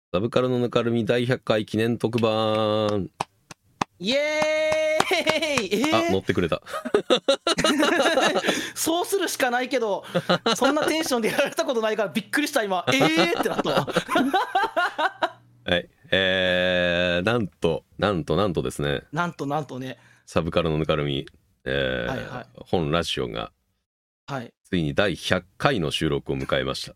サブカルのぬかるみ第100回記念特番。 イエーイ、 あ、乗ってくれたそうするしかないけど、そんなテンションでやられたことないからびっくりした今。ってなったわはい、なんとですね、 なんとね、 サブカルのぬかるみ、 はいはい、 本ラジオがはい、 ついに第100回の収録を迎えました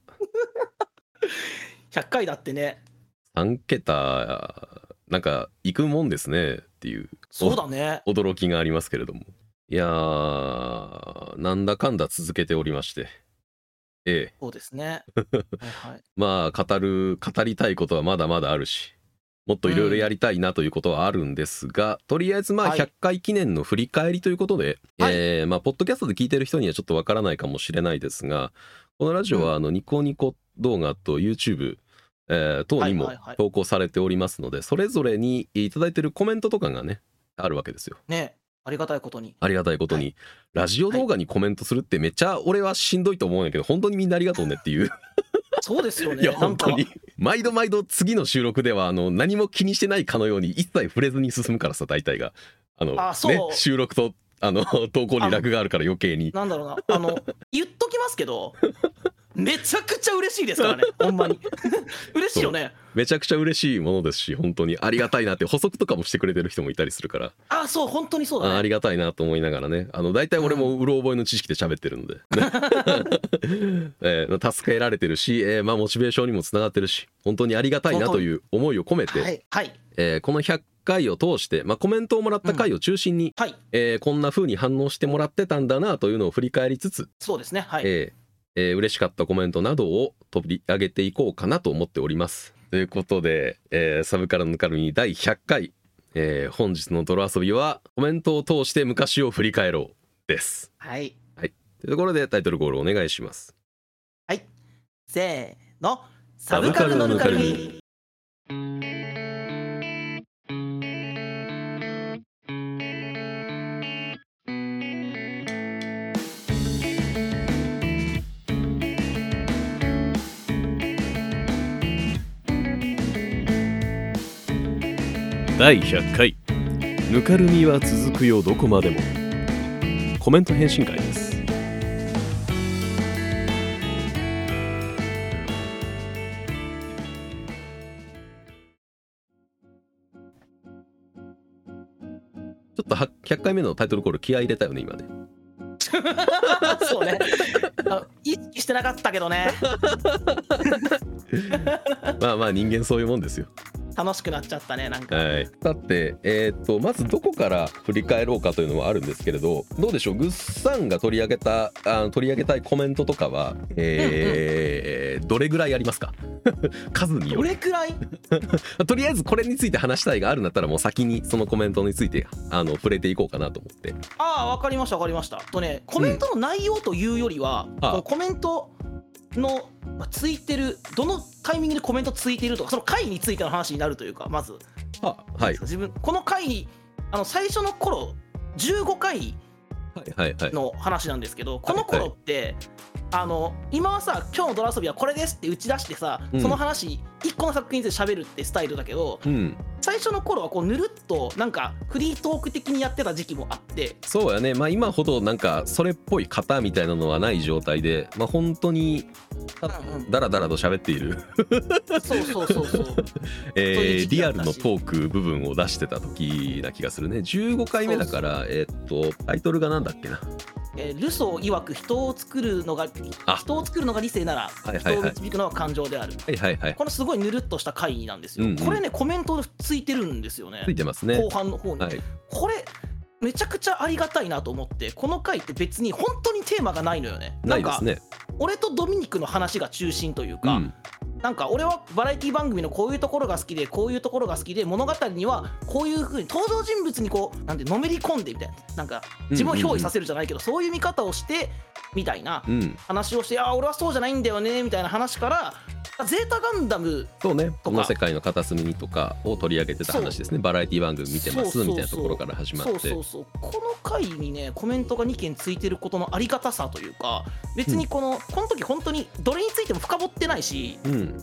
100回だってね。 3桁なんか行くもんですねっていう、 そうだね、 驚きがありますけれども、いやー、なんだかんだ続けておりまして、 そうですねはいはい、 まあ語りたいことはまだまだあるし、もっといろいろやりたいなということはあるんですが、とりあえずまあはい 100回記念の振り返りということで、まあポッドキャストで聞いてる人にはちょっとわからないかもしれないですが、このラジオはニコニコ動画と YouTube、等にも投稿されておりますので、それぞれにいただいてるコメントとかがねあるわけですよね。ありがたいことに、 ラジオ動画にコメントするってめっちゃ俺はしんどいと思うんだけど、本当にみんなありがとうねっていうそうですよね。 いや本当に毎度次の収録では何も気にしてないかのように一切触れずに進むからさ、大体がそう、 ね、収録と投稿にラグがあるから余計になんだろうな、言っときますけどめちゃくちゃ嬉しいですからねほんまに嬉しいよね。 めちゃくちゃ嬉しいものですし、本当にありがたいなって、補足とかもしてくれてる人もいたりするから、 そう本当にそうだね。 ありがたいなと思いながらね、大体俺もうろ覚えの知識で喋ってるので、助けられてるし、まあモチベーションにもつながってるし、本当にありがたいなという思いを込めて、 はいはい、 この100回を通して、まあ、コメントをもらった回を中心に、 はい、 こんな風に反応してもらってたんだなというのを振り返りつつ、 そうですね、はい、 嬉しかったコメントなどを取り上げていこうかなと思っております。ということで、サブカルのぬかるみ第100回、本日の泥遊びはコメントを通して昔を振り返ろうです。 はい、 はい、というところでタイトルコールお願いします。 はい、せーの、サブカルのぬかるみ。 第100回ぬかるみは続くよどこまでもコメント返信会です。ちょっと100回目のタイトルコール気合い入れたよね今ねそうね、意識してなかったけどねまあまあ人間そういうもんですよ。 楽しくなっちゃったね、なんか。 はい、さて、まずどこから振り返ろうかというのはあるんですけれど、どうでしょう、グッさんが取り上げたいコメントとかは、どれぐらいありますか数による。 どれくらいとりあえずこれについて話したいがあるんだったら、もう先にそのコメントについて触れていこうかなと思って。 わかりましたコメントの内容というよりは、このコメントのついてる、どのタイミングでコメントついてるとか、その回についての話になるというか、まずはい、 自分この回最初の頃15回の話なんですけど、この頃って、今はさ、今日のドラ遊びはこれですって打ち出してさ、その話1個の作品で喋るってスタイルだけど、最初の頃はこうぬるっとなんかフリートーク的にやってた時期もあって。 そうやね、まあ今ほどなんかそれっぽい型みたいなのはない状態で、まあ本当にダラダラと喋っているそうリアルのトーク部分を出してた時な気がするね。15回目だから、タイトルがなんだっけな、 ルソー曰く人を作るのが理性なら、人を導くのは感情である。このすごいぬるっとした回なんですよ。これね、コメントついてるんですよね。 ついてますね、 後半の方に。これめちゃくちゃありがたいなと思って、この回って別に本当にテーマがないのよね。 ないですね。 俺とドミニクの話が中心というか、なんか俺はバラエティ番組のこういうところが好きで、こういうところが好きで、物語にはこういう風に登場人物にこうなんてのめり込んでみたいな、なんか自分を憑依させるじゃないけど、そういう見方をしてみたいな話をして、俺はそうじゃないんだよねみたいな話から、ゼータガンダムとか、 そうね、この世界の片隅にとかを取り上げてた話ですね。バラエティ番組見てますみたいなところから始まって、 この回にねコメントが2件ついてることのありがたさというか、別にこの時本当にどれについても深掘ってないし、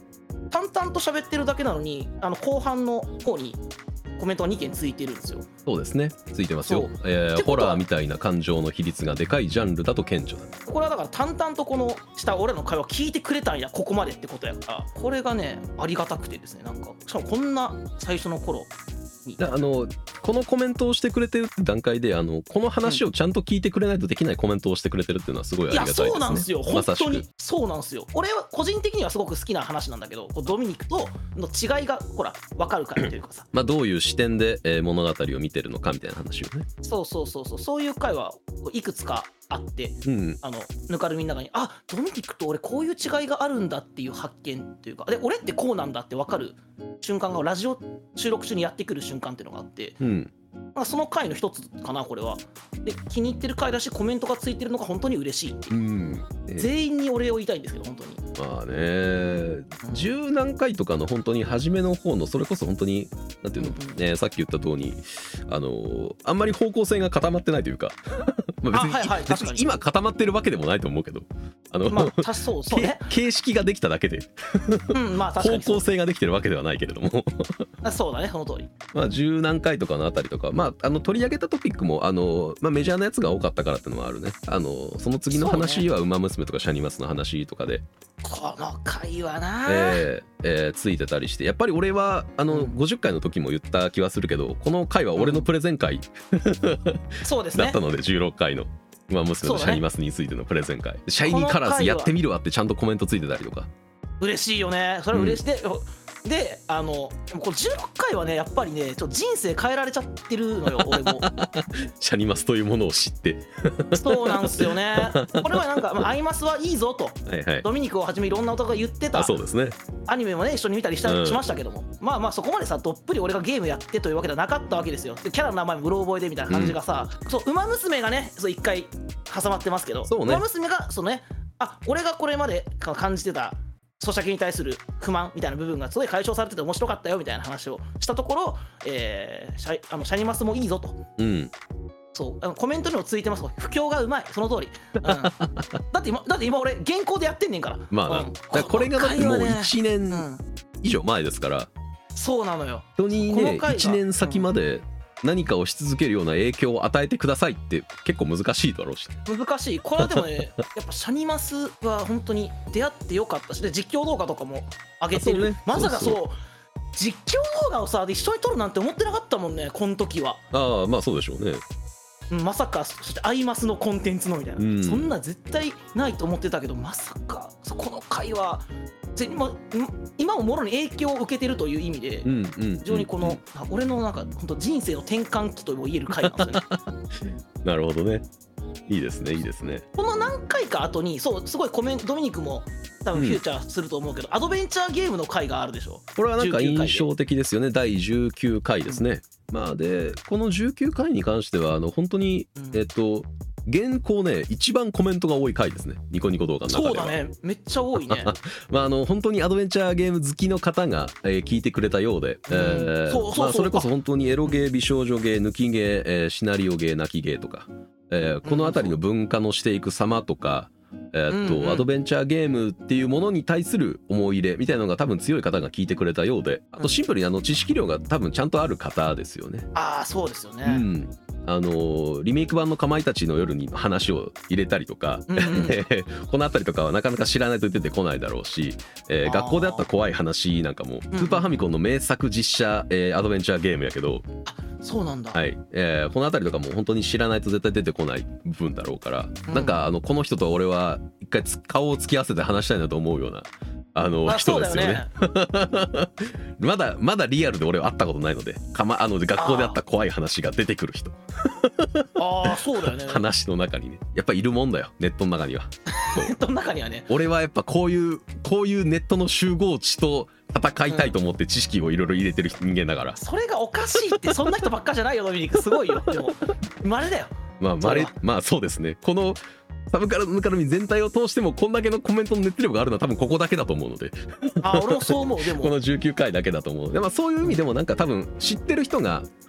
淡々と喋ってるだけなのに後半の方にコメントが2件ついてるんですよ。 そうですね、ついてますよ。ホラーみたいな感情の比率がでかいジャンルだと顕著だ。 これはだから淡々とこのした俺の会話聞いてくれたんやここまでってことやから、これがねありがたくてですね、なんかしかもこんな最初の頃にこのコメントをしてくれてるって段階でこの話をちゃんと聞いてくれないとできないコメントをしてくれてるっていうのはすごいありがたいですね。 いやそうなんですよ、本当にまさしくそうなんですよ。俺は個人的にはすごく好きな話なんだけど、こうドミニクとの違いがほら分かるからというかさまあどういう視点で物語を見てるのかみたいな話をね。 そういう回はいくつかあって、ぬかるみの中にドミニクと俺こういう違いがあるんだっていう発見というか、で俺ってこうなんだって分かる瞬間がラジオ収録中にやってくる瞬間っていうのがあって、その回の一つかなこれは。で気に入ってる回だしコメントがついてるのが本当に嬉しいっていう、全員にお礼を言いたいんですけど本当に。 まあね、十何回とかの本当に初めの方のそれこそ本当になんていうの、さっき言った通りあんまり方向性が固まってないというかまあ別に今固まってるわけでもないと思うけどそうね形式ができただけで方向性ができてるわけではないけれどもそうだねその通り。 まあ十何回とかのあたりとか取り上げたトピックもメジャーなやつが多かったからっていうのもあるね。その次の話はウマ娘とかシャニマスの話とかでこの回はなついてたりして、やっぱり俺は50回の時も言った気はするけど、この回は俺のプレゼン回そうですねだったので16回のウマ娘のシャニマスについてのプレゼン回、シャイニーカラーズやってみるわってちゃんとコメントついてたりとか嬉しいよね。それは嬉しい、でこの16回はねやっぱりねちょっと人生変えられちゃってるのよ俺もシャニマスというものを知ってそうなんですよね。これはなんか、アイマスはいいぞとドミニクをはじめいろんな男が言ってた。 そうですね、 アニメもね一緒に見たりしましたけども、まあそこまでさどっぷり俺がゲームやってというわけではなかったわけですよ。でキャラの名前もうろ覚えでみたいな感じがさ、ウマ娘がね一回挟まってますけど、ウマ娘が俺がこれまで感じてた咀嚼に対する不満みたいな部分がすごい解消されてて面白かったよみたいな話をしたところ、シャニマスもいいぞと、そうコメントにもついてます。不況がうまい、その通り、だって今俺現行でやってんねんから。 まあこれがだってもう1年以上前ですから、 そうなのよ。 人にね1年先まで何かをし続けるような影響を与えてくださいって結構難しいだろうし、 難しい。これはでもねやっぱシャニマスは本当に出会ってよかったし、で実況動画とかも上げてる、まさか実況動画をさ一緒に撮るなんて思ってなかったもんねこの時は。 まあそうでしょうね。まさかそしてアイマスのコンテンツのみたいな、そんな絶対ないと思ってたけど、まさかこの回は今ももろに影響を受けてるという意味で非常にこの俺のなんか本当人生の転換期とも言える回なんですよねなるほどね、いいですねいいですね。 この何回か後にすごいドミニクも多分フューチャーすると思うけど、アドベンチャーゲームの回があるでしょ。 これはなんか印象的ですよね。第19回ですね。でこの19回に関しては本当に現行ね一番コメントが多い回ですね、ニコニコ動画の中では。 そうだね、めっちゃ多いね本当にアドベンチャーゲーム好きの方が、聞いてくれたようで、それこそ本当にエロゲー、美少女ゲー、抜きゲー、シナリオゲー、泣きゲーとか、この辺りの文化のしていく様とか、アドベンチャーゲームっていうものに対する思い入れみたいなのが多分強い方が聞いてくれたようで、あとシンプルに知識量が多分ちゃんとある方ですよね。 そうですよね。 リメイク版のかまいたちの夜に話を入れたりとか、この辺りとかはなかなか知らないと出てこないだろうし、学校であった怖い話なんかもスーパーファミコンの名作実写、アドベンチャーゲームやけど、 そうなんだ。 はい、この辺りとかも本当に知らないと絶対出てこない部分だろうから、なんかこの人と俺は一回顔を突き合わせて話したいなと思うような人ですよね。まだリアルで俺は会ったことないので、学校であった怖い話が出てくる人そうだよね話の中にねやっぱいるもんだよ、ネットの中にはネットの中にはね。 俺はやっぱこういうネットの集合値と戦いたいと思って知識をいろいろ入れてる人間だから、 それがおかしいって。そんな人ばっかじゃないよドミニク、すごいよ。でも稀だよ。 そうですね。このサブカルヌカルミ全体を通してもこんだけのコメントの熱量があるのは多分ここだけだと思うので俺もそう思う。でもこの19回だけだと思う。で、そういう意味でもなんか多分知ってる人が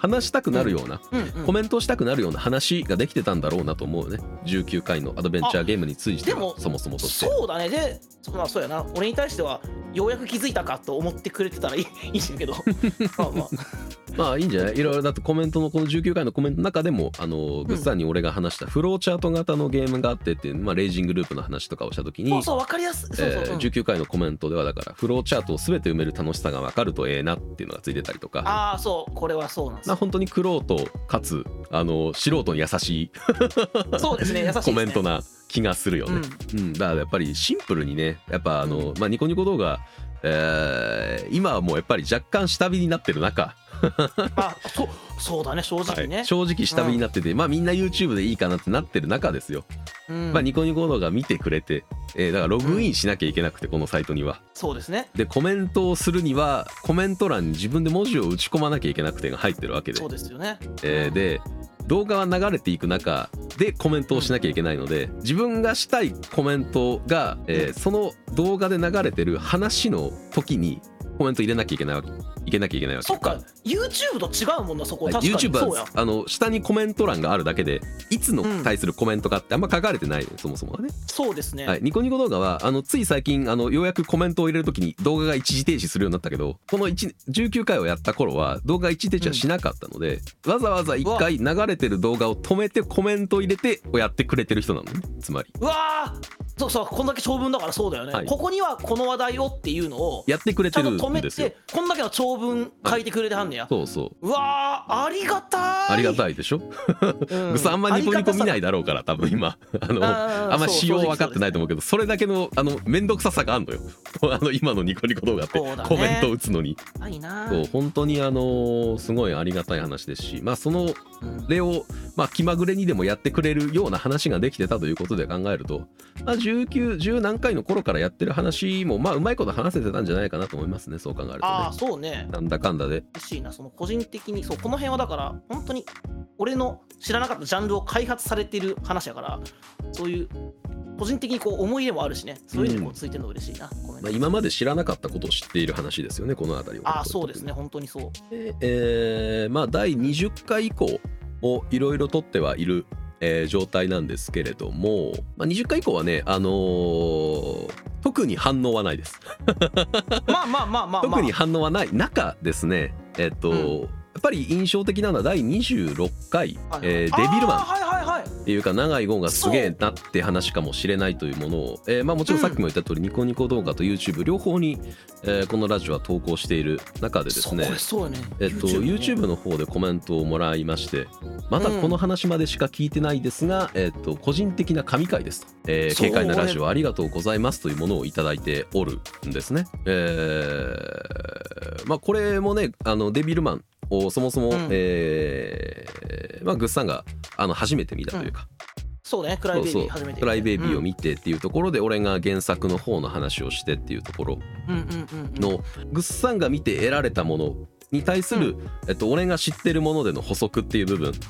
話したくなるような、 うん、 コメントしたくなるような話ができてたんだろうなと思うよね。19回のアドベンチャーゲームについてはでもそもそもとして。 そうだね。でまあそうやな、俺に対してはようやく気づいたかと思ってくれてたらいいんだけどまあまあまあいいんじゃない。いろいろだってコメントのこの19回のコメントの中でもグッさんに俺が話したフローチャート型のゲームがあってっていう、まあ、レイジングループの話とかをした時に、 そう分かりやすい。 19回のコメントではだからフローチャートを全て埋める楽しさが分かるとええなっていうのがついてたりとか。 ああそうこれはそうなんです。 本当にクロートかつ素人に優しいそうですね、優しいですねコメントな気がするよね。だからやっぱりシンプルにね、やっぱまあ、ニコニコ動画、今はもうやっぱり若干下火になってる中そうだね、正直ね、 はい、正直下火になってて、まあみんな YouTube でいいかなってなってる中ですよ。まあニコニコ動画見てくれて、だからログインしなきゃいけなくて、このサイトには。 そうですね。 でコメントをするにはコメント欄に自分で文字を打ち込まなきゃいけなくてが入ってるわけで。 そうですよね。 で動画は流れていく中でコメントをしなきゃいけないので、自分がしたいコメントが、その動画で流れてる話の時にコメント入れなきゃいけないわけ。 そっか、YouTube と違うもんな、そこ。確かに YouTube そうや。 は下にコメント欄があるだけで、いつの対するコメントかってあんま書かれてないの、そもそもはね。 そうですね、 はい、ニコニコ動画はつい最近ようやくコメントを入れるときに動画が一時停止するようになったけど、この19回をやった頃は動画一時停止はしなかったので、わざわざ1回流れてる動画を止めてコメントを入れてやってくれてる人なのね、つまり。 うわー、そうこんだけ長文だからそうだよね、 はい、 ここにはこの話題をっていうのをやってくれてるんですよ。 ちゃんと止めてこんだけの長文書いてくれてはんねや、 はい、そううわー、ありがたい。 ありがたいでしょぐさあんまニコニコ見ないだろうから多分今あんま仕様分かってないと思うけど、それだけの面倒くささがあるのよ今のニコニコ動画って、ね、コメント打つのに。 いいな。 そう本当にすごいありがたい話ですし、まあその例を、まあ、気まぐれにでもやってくれるような話ができてたということで考えると、まあ、10何回の頃からやってる話もまあうまいこと話せてたんじゃないかなと思いますね、そう考えるとね。 ああそうね、 なんだかんだで嬉しいな。その個人的にそうこの辺はだから本当に俺の知らなかったジャンルを開発されてる話やから、そういう個人的にこう思い入れもあるしね、そういうのにこうついてるの嬉しいな、 まあ、今まで知らなかったことを知っている話ですよね、この辺りは。 ああそうですね、本当にそう。 まあ第20回以降をいろいろ撮ってはいる、状態なんですけれども、まあ、20回以降はね、特に反応はないですまあ特に反応はない中ですね、やっぱり印象的なのは第26回、デビルマンっていうか長いゴンがすげえなって話かもしれないというものを、まあ、もちろんさっきも言った通り、ニコニコ動画と YouTube 両方に、このラジオは投稿している中でですね、YouTube の方でコメントをもらいまして、まだこの話までしか聞いてないですが、個人的な神回ですと、軽快なラジオありがとうございますというものをいただいておるんですね。まあこれもね、デビルマンをそもそも、まあ、グッさんが初めて見たというか、 そうね、クライベイビー初めて、 クライベイビーを見てっていうところで、俺が原作の方の話をしてっていうところの、グッさんが見て得られたものに対する、俺が知ってるものでの補足っていう部分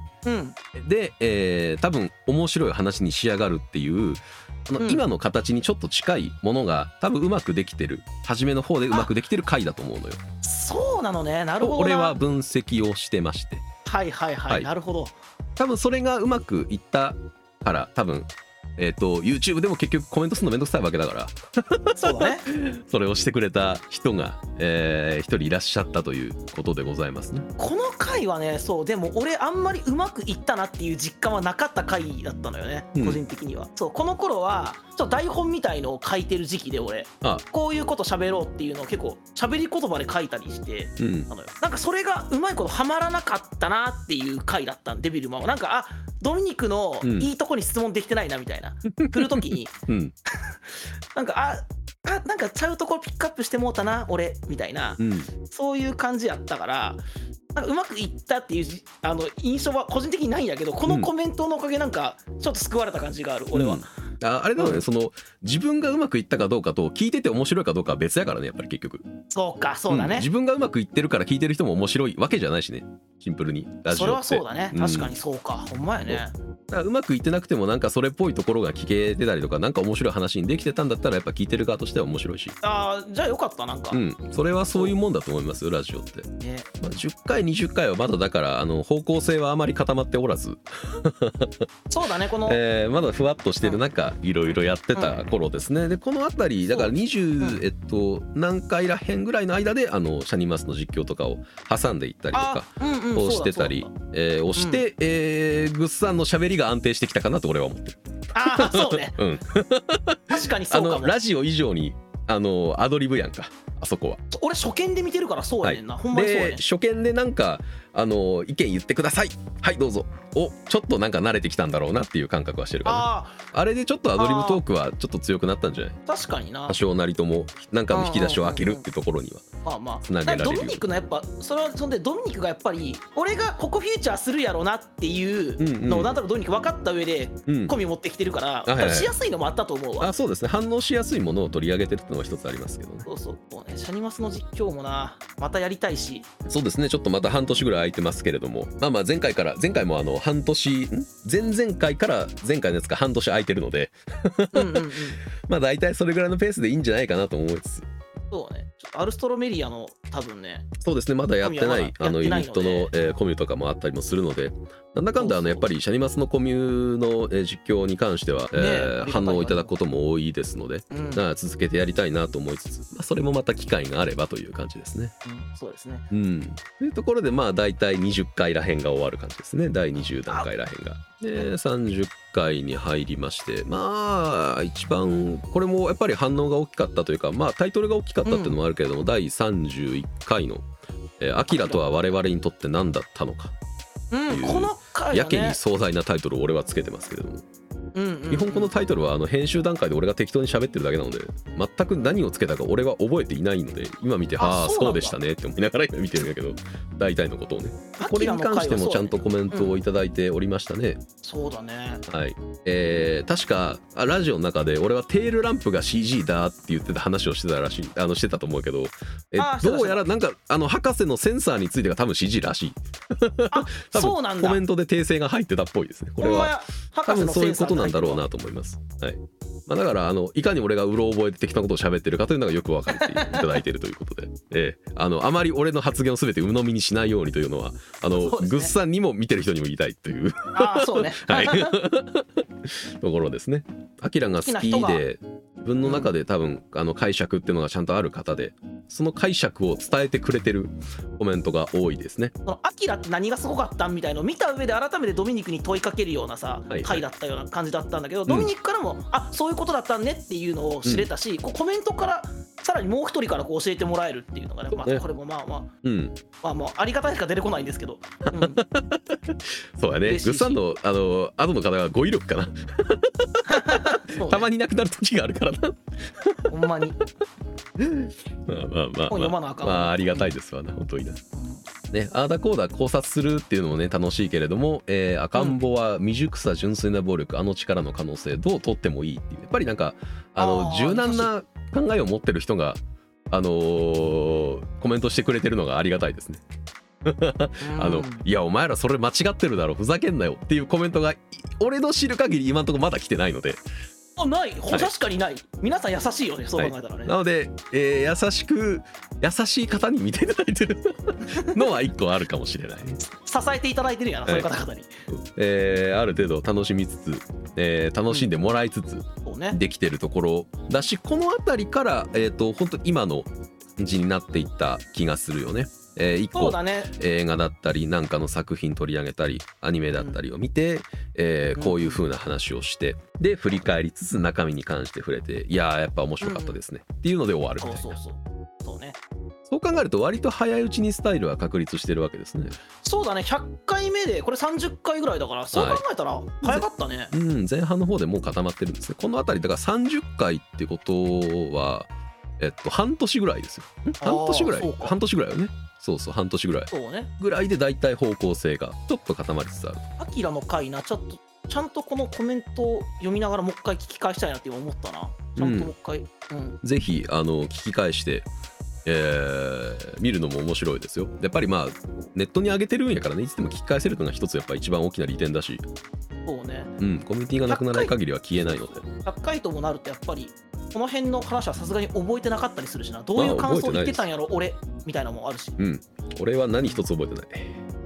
で、多分面白い話に仕上がるっていう今の形にちょっと近いものが多分うまくできてる、初めの方でうまくできてる回だと思うのよ。 そうなのね、なるほどな。 俺は分析をしてまして、 はい、なるほど。 多分それがうまくいったから多分YouTube でも結局コメントするのめんどくさいわけだからそうだねそれをしてくれた人が、一人いらっしゃったということでございますね。 この回はね、そうでも俺あんまりうまくいったなっていう実感はなかった回だったのよね、個人的には。そうこの頃はちょっと台本みたいのを書いてる時期で、俺こういうこと喋ろうっていうのを結構喋り言葉で書いたりして、なんかそれがうまいことはまらなかったなっていう回だったんで、デビルマンはなんかドミニクのいいとこに質問できてないなみたいな、来るときに、なんかなんかちゃうところピックアップしてもうたな俺みたいな、そういう感じやったから、なんかうまくいったっていう印象は個人的にないんやけど、このコメントのおかげなんかちょっと救われた感じがある、俺は。 あれなのね、その自分がうまくいったかどうかと聞いてて面白いかどうかは別やからね、やっぱり結局。 そうか、そうだね、 自分がうまくいってるから聞いてる人も面白いわけじゃないしね、シンプルにラジオって。 それはそうだね、確かにそうか、ほんまやね。 だからうまくいってなくてもなんかそれっぽいところが聞けてたりとか、なんか面白い話にできてたんだったらやっぱ聞いてる側としては面白いし、 じゃあよかった。なんかそれはそういうもんだと思いますよラジオって、 ね。 10回20回はまだだから方向性はあまり固まっておらずそうだね、この、 まだふわっとしてる中いろいろやってた頃ですね。でこの辺りだから20、何回らへんぐらいの間でシャニマスの実況とかを挟んでいったりとかをしてたりをして、グッさんの喋りが安定してきたかなと俺は思ってる。 そうね確かにそうかも。 ラジオ以上にアドリブやんかあそこは。 俺初見で見てるからそうやねんな、ほんまにそうやねん。 で初見でなんか意見言ってください、はいどうぞちょっとなんか慣れてきたんだろうなっていう感覚はしてるかな。あれでちょっとアドリブトークはちょっと強くなったんじゃない？ 確かにな。 多少なりともなんかの引き出しを開けるってところにはつなげられるよ。 ドミニクのやっぱそんでドミニクがやっぱり俺がここフィーチャーするやろなっていうのをなんとなくドミニク分かった上で込み持ってきてるからしやすいのもあったと思うわ。 そうですね、反応しやすいものを取り上げてるってのは一つありますけどね。 そうもうね、シャニマスの実況もなまたやりたいし。 そうですね、ちょっとまた半年ぐらい空いてますけれども、まあ前回も半年前々回から前回のやつが半年空いてるのでまあ大体それぐらいのペースでいいんじゃないかなと思いつつ。 そうね、ちょっとアルストロメリアの多分ね、 そうですね、まだやってないユニットの、コミュとかもあったりもするので、なんだかんだやっぱりシャニマスのコミュの、実況に関しては、反応をいただくことも多いですので、続けてやりたいなと思いつつ、それもまた機会があればという感じですね。 そうですね。 というところでまあ大体20回らへんが終わる感じですね。第20段階らへんが。で30回に入りまして、まあ一番これもやっぱり反応が大きかったというか、まあタイトルが大きかったっていうのもあるけれども、第31回の「アキラとは我々にとって何だったのか」 この回はね、 やけに壮大なタイトルを俺はつけてますけれども、基本このタイトルは編集段階で俺が適当に喋ってるだけなので、全く何をつけたか俺は覚えていないので、今見てそうでしたねって思いながら今見てるんだけど、大体のことをね、これに関してもちゃんとコメントをいただいておりましたね。 そうだね。 はい、確かラジオの中で俺はテールランプが CG だって言ってた話をしてたらしい、してたと思うけど、どうやらなんか博士のセンサーについてが多分 CG らしい多分コメントで訂正が入ってたっぽいですね。これは多分そういうことなんだろうなと思います。はい、だからいかに俺がうろ覚えで適当なことを喋ってるかというのがよく分かっていただいているということで、あまり俺の発言を全て鵜呑みにしないようにというのはグッさんにも見てる人にも言いたいというそうねはいところですね。アキラが好きで自分の中で多分解釈っていうのがちゃんとある方で、その解釈を伝えてくれてるコメントが多いですね。 アキラって何がすごかったんみたいのを見た上で改めてドミニクに問いかけるようなさ、回だったような感じだったんだけど、ドミニクからもそういうことだったんねっていうのを知れたし、コメントからさらにもう一人から教えてもらえるっていうのがね、これもまあもうありがたいしか出てこないんですけど、 そうやね。グッさんの後の方が語彙力かなたまになくなる時があるからなほんまにまあありがたいですわな、本当にな。ね、あーだこうだ考察するっていうのもね楽しいけれども、赤ん坊は未熟さ純粋な暴力、力の可能性どう取ってもいいっていう、やっぱりなんか柔軟な考えを持ってる人がコメントしてくれてるのがありがたいですねいやお前らそれ間違ってるだろふざけんなよっていうコメントが俺の知る限り今のところまだ来てないので。 ない、確かにない。皆さん優しいよね、そう考えたらね。 なので、優しい方に見ていただいてるのは一個あるかもしれない。 支えていただいてるんやな、そういう方々に。 ある程度楽しみつつ、楽しんでもらいつつできてるところだし、この辺りから本当今の字になっていった気がするよね。一個映画だったりなんかの作品取り上げたりアニメだったりを見て、こういう風な話をしてで振り返りつつ中身に関して触れて、いややっぱ面白かったですね、っていうので終わるみたいな。 そうね。 そう考えると割と早いうちにスタイルは確立してるわけですね。 そうだね、100回目でこれ30回ぐらいだから、そう考えたら早かったね。 前半の方でもう固まってるんですね。この辺りだから30回ってことは半年ぐらいですよ。半年ぐらいよね。そう半年ぐらいぐらいでだいたい方向性がちょっと固まりつつある。 アキラの回な、ちゃんとこのコメントを読みながらもう一回聞き返したいなって思ったな。ちゃんともう一回、 ぜひ聞き返して見るのも面白いですよ。やっぱりまあネットに上げてるんやからね、いつでも聞き返せるのが一つやっぱ一番大きな利点だし。 そうね。 うん、コミュニティがなくならない限りは消えないので。 100回ともなるとやっぱりこの辺の話はさすがに覚えてなかったりするしな。どういう感想言ってたんやろ俺みたいなのもあるし。 うん、俺は何一つ覚えてない。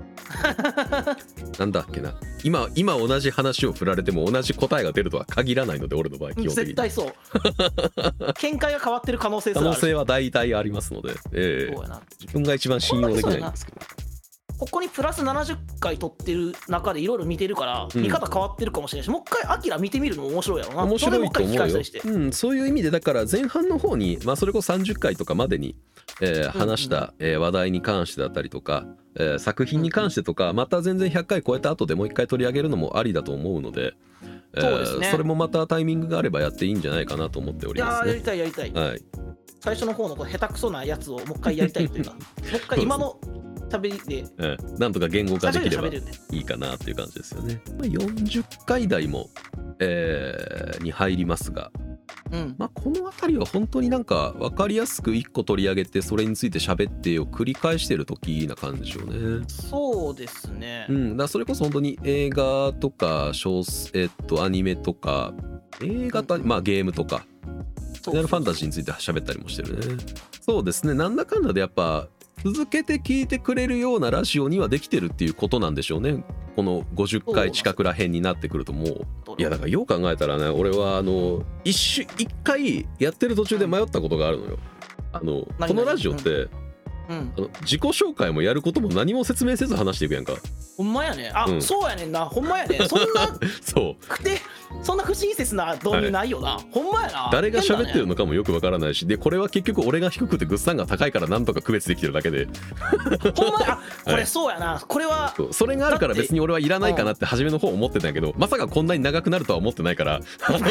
なんだっけな、今同じ話を振られても同じ答えが出るとは限らないので、俺の場合基本的に絶対そう見解が変わってる可能性すらある。 可能性は大体ありますので、そうやな、自分が一番信用できないんですけど、 ここにプラス70回撮ってる中でいろいろ見てるから、見方変わってるかもしれないし、もう一回アキラ見てみるのも面白いやろな。 面白いと思うよ。そういう意味でだから前半の方に、それこそ30回とかまでに、話した、話題に関してだったりとか、作品に関してとか、また全然100回超えた後でもう一回取り上げるのもありだと思うので、それもまたタイミングがあればやっていいんじゃないかなと思っておりますね。 やりたい、はい、最初の方のこう下手くそなやつをもう一回やりたいというかもう一回今の喋りで、 なんとか言語化できればいいかなっていう感じですよね。40回台も、に入りますが、この辺りは本当になんか分かりやすく1個取り上げてそれについて喋ってを繰り返してる時な感じでしょうね。 そうですね。 だからそれこそ本当に映画とかアニメとか映画と、ゲームとかファイナルファンタジーについて喋ったりもしてるね。そうですね。なんだかんだでやっぱ続けて聞いてくれるようなラジオにはできてるっていうことなんでしょうね。この50回近くらへんになってくるともう、いやだからよう考えたらね、俺は一回やってる途中で迷ったことがあるのよ。このラジオって、自己紹介もやることも何も説明せず話していくやんか。 ほんまやね。そうやねんな。ほんまやね。そんなそんな不親切な導入ないよな、ほんまやな。 誰が喋ってるのかもよくわからないし、でこれは結局俺が低くてグッさんが高いからなんとか区別できてるだけでほんまや。これそうやな。これはそれがあるから別に俺はいらないかなって初めの方思ってたんやけど、まさかこんなに長くなるとは思ってないから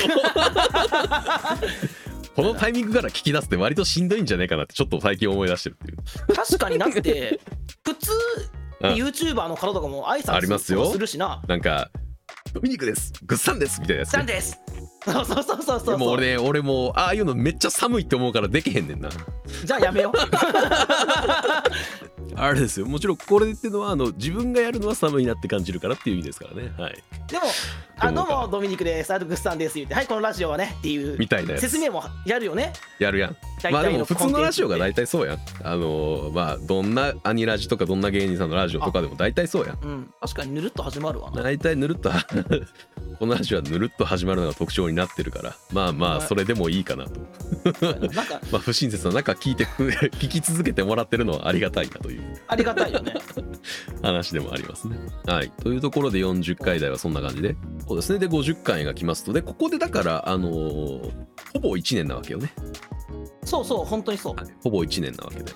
このタイミングから聞き出すって割としんどいんじゃないかなってちょっと最近思い出してるっていう。 確かになって普通YouTuber の方とかも挨拶するしな。 なんかドミニクです、グッサンですみたいなやつ、 グッサンです。そうでも俺もああいうのめっちゃ寒いって思うからできへんねんな。 じゃあやめようあれですよ、もちろんこれっていうのは自分がやるのは寒いなって感じるからっていう意味ですからね。はい。 でもどうもドミニクです、グッサンです言って、はいこのラジオはねっていうみたいな説明もやるよね。 やるやん。でも普通のラジオが大体そうやん。どんなアニラジとかどんな芸人さんのラジオとかでも大体そうやん。 確かにぬるっと始まるわな。 大体ぬるっとこのラジオはぬるっと始まるのが特徴になってるから、それでもいいかなと不親切な中聞き続けてもらってるのはありがたいなというありがたいよね話でもありますね。はい、というところで40回台はそんな感じで、そうですね。で50回が来ますと、でここでだからほぼ1年なわけよね。 そう本当にそう、 ほぼ1年なわけで、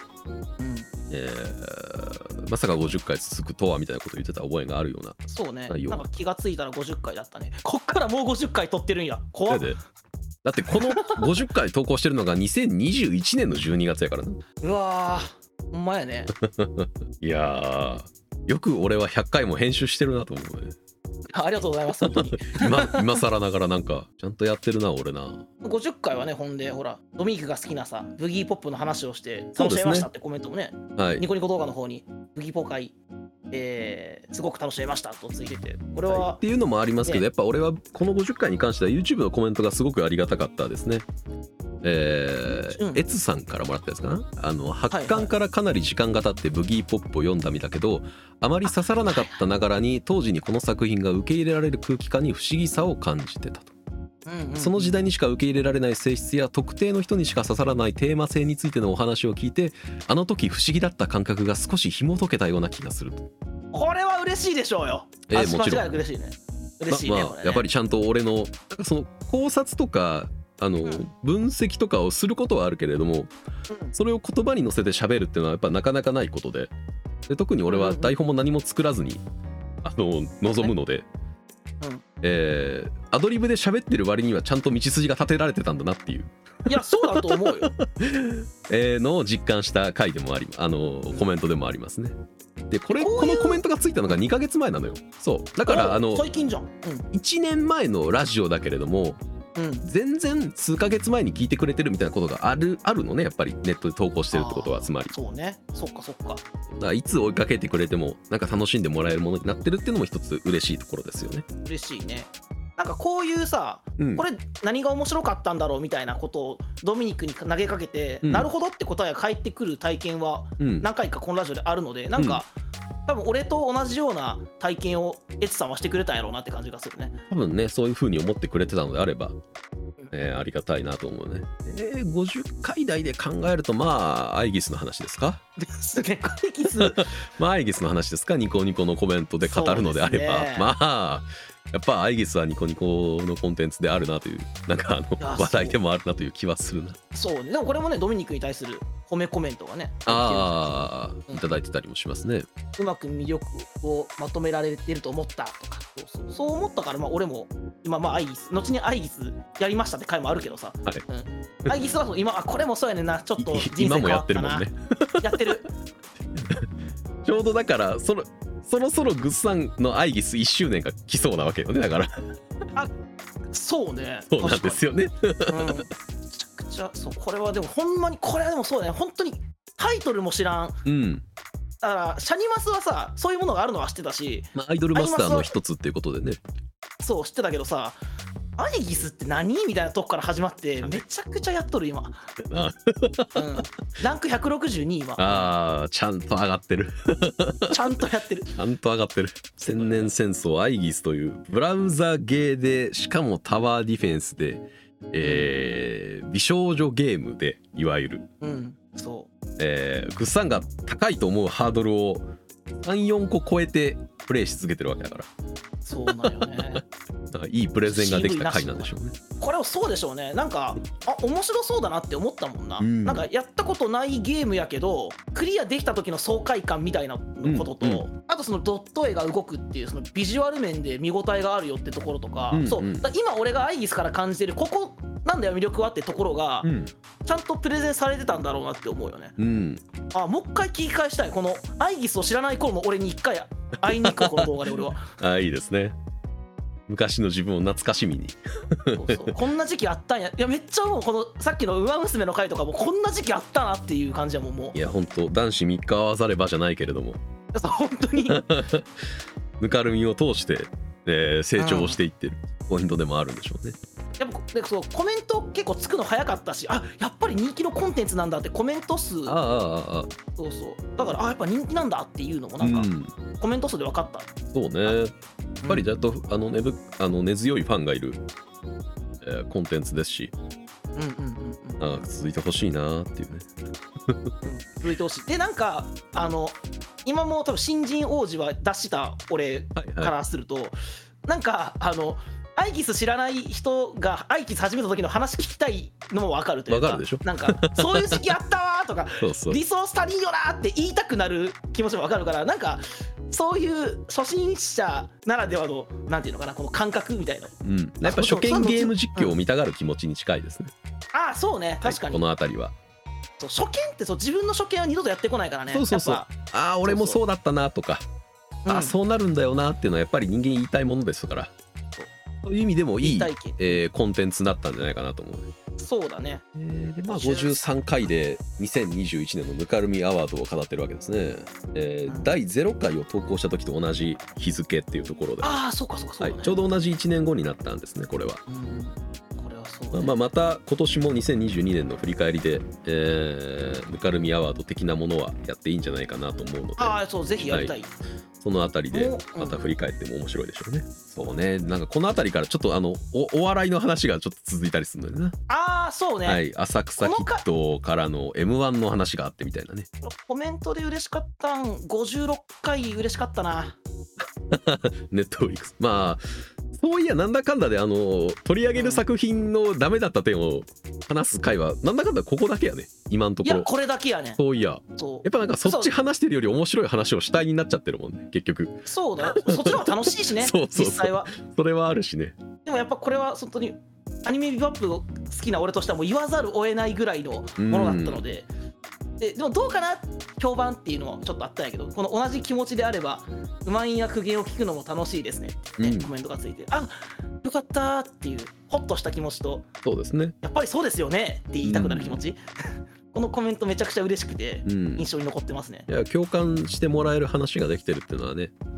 まさか50回続くとはみたいなこと言ってた覚えがあるような。 そうね。なんか気がついたら50回だったね。こっからもう50回撮ってるんや。怖っ。 だってこの50回投稿してるのが2021年の12月やからな。 うわー、ほんまやねいやー、よく俺は100回も編集してるなと思うね。 ありがとうございます本当に今更ながらなんかちゃんとやってるな俺な。 50回はね、ほんでほらドミニクが好きなさブギーポップの話をして楽しめましたってコメントもね、ニコニコ動画の方にブギーポー会すごく楽しめましたとついてて、これは、 っていうのもありますけど、やっぱ俺はこの50回に関しては YouTube のコメントがすごくありがたかったですね。エツさんからもらったやつかな。発刊からかなり時間が経ってブギーポップを読んだ身だけど、あまり刺さらなかったながらに当時にこの作品が受け入れられる空気感に不思議さを感じてたと。その時代にしか受け入れられない性質や特定の人にしか刺さらないテーマ性についてのお話を聞いて、あの時不思議だった感覚が少し紐解けたような気がすると。 これは嬉しいでしょうよ。 もちろん嬉しいね。嬉しいね。 やっぱりちゃんと俺のその考察とか分析とかをすることはあるけれども、それを言葉に乗せて喋るっていうのはやっぱなかなかないことで、特に俺は台本も何も作らずに臨むので、アドリブで喋ってる割にはちゃんと道筋が立てられてたんだなっていう、 いやそうだと思うよのを実感した回でもあり、コメントでもありますね。でこのコメントがついたのが2ヶ月前なのよ。そうだから最近じゃん、 1年前のラジオだけれども、全然数ヶ月前に聞いてくれてるみたいなことがあるのね。やっぱりネットで投稿してるってことは、つまりそうね。そっかだからいつ追いかけてくれてもなんか楽しんでもらえるものになってるっていうのも一つ嬉しいところですよね。 嬉しいね。 なんかこういうさ、 うん、 これ何が面白かったんだろうみたいなことをドミニクに投げかけて、 うん、 なるほどって答えが返ってくる体験は何回かこのラジオであるので、なんか、多分俺と同じような体験をエツさんはしてくれたんやろうなって感じがするね。 多分ねそういう風に思ってくれてたのであれば、ありがたいなと思うね。50回台で考えるとまあアイギスの話ですか。 ですね、アイギスまあアイギスの話ですか。ニコニコのコメントで語るのであれば、 ね、 まあやっぱアイギスはニコニコのコンテンツであるなという、なんか話題でもあるなという気はするな。 そうね。でもこれもね、ドミニクに対する褒めコメントがね、 いただいてたりもしますね。 うまく魅力をまとめられてると思ったとか、そう思ったから、まあ俺も今アイギス、後にアイギスやりましたって回もあるけどさ、 はい、 アイギスは今これもそうやねんな、ちょっと人生今もや変わってたな。 っるもんね。 やってる。 ちょうどだからそろそろグッさんのアイギス1周年が来そうなわけよね。だからそうね。 そうなんですよね。 めちゃくちゃそうこれはでもほんまにこれはでもそうだね。本当にタイトルも知らん。だからシャニマスはさそういうものがあるのは知ってたし、 まあ、アイドルマスターの一つっていうことでね。 そう知ってたけどさ、アイギスって何みたいなとこから始まってめちゃくちゃやっとる今。ランク162今。 ちゃんと上がってる。 ちゃんとやってる。 ちゃんと上がってる。千年戦争アイギスというブラウザゲーで、しかもタワーディフェンスで、美少女ゲームで、いわゆる、 そう、 グッサンが高いと思うハードルを 3,4 個超えてプレイし続けてるわけだから。 そうなんよね。 いいプレゼンができた回なんでしょうね。これはそうでしょうね。なんか面白そうだなって思ったもんな。なんかやったことないゲームやけどクリアできた時の爽快感みたいなことと、あとそのドット絵が動くっていうそのビジュアル面で見応えがあるよってところとか、そう今俺がアイギスから感じてるここなんだよ魅力はってところが、ちゃんとプレゼンされてたんだろうなって思うよね。もう一回聞き返したい。このアイギスを知らない頃の俺に一回会いに行くこの動画で俺は。 いいですね。昔の自分を懐かしみに。 そうこんな時期あったんや。いやめっちゃもうこのさっきのウマ娘の回とかもこんな時期あったなっていう感じはもう。 いや本当男子3日合わさればじゃないけれども、 本当にぬかるみを通して、成長をしていってるポイントでもあるんでしょうね。 やっぱそうコメント結構つくの早かったし、やっぱり人気のコンテンツなんだってコメント数、そうだからやっぱ人気なんだっていうのもなんか、コメント数で分かった。 そうね。やっぱりちゃんと根強いファンがいる、コンテンツですし、続いてほしいなっていうね。 続いてほしい。でなんか今も多分新人王子は出した俺からすると、なんかアイギス知らない人がアイギス始めた時の話聞きたいのも分かるというか、 分かるでしょ。 なんかそういう時期あったわとかリソース足りんよなって言いたくなる気持ちも分かるから、なんかそういう初心者ならではのなんていうのかな、この感覚みたいな、 やっぱ初見ゲーム実況を見たがる気持ちに近いですね。 そうね、確かに、 この辺りは初見って自分の初見は二度とやってこないからね。 俺もそうだったなとか、そうなるんだよなっていうのはやっぱり人間言いたいものですから、そういう意味でもいい、コンテンツだったんじゃないかなと思う。 そうだね。 で53回で2021年のぬかるみアワードを語ってるわけですね。第0回を投稿した時と同じ日付っていうところで、 そうか、 ちょうど同じ1年後になったんですね、これは。 これはそうね。 また今年も2022年の振り返りで、ぬかるみアワード的なものはやっていいんじゃないかなと思うので、 そうぜひやりたい。 そのあたりでまた振り返っても面白いでしょうね。そうね、なんかこのあたりからちょっとお笑いの話がちょっと続いたりするのよね。 そうね。 浅草キッドからの M1 の話があってみたいなね。 コメントで嬉しかったん56回嬉しかったな。 ネットフリックス。そういやなんだかんだで取り上げる作品のダメだった点を話す回はなんだかんだここだけやね、今のところ。 いやこれだけやね。 そういややっぱなんかそっち話してるより面白い話を主体になっちゃってるもんね、結局。 そうだ、そっちの方が楽しいしね。実際はそれはあるしね。 でもやっぱこれは本当にアニメビバップ好きな俺としてはもう言わざるを得ないぐらいのものだったので、でもどうかな評判っていうのもちょっとあったんやけど、この同じ気持ちであればうまいんや苦言を聞くのも楽しいですねって、コメントがついて、よかったっていうホッとした気持ちと、 そうですね、 やっぱりそうですよねって言いたくなる気持ち、このコメントめちゃくちゃ嬉しくて印象に残ってますね。 いや共感してもらえる話ができてるっていうのはね、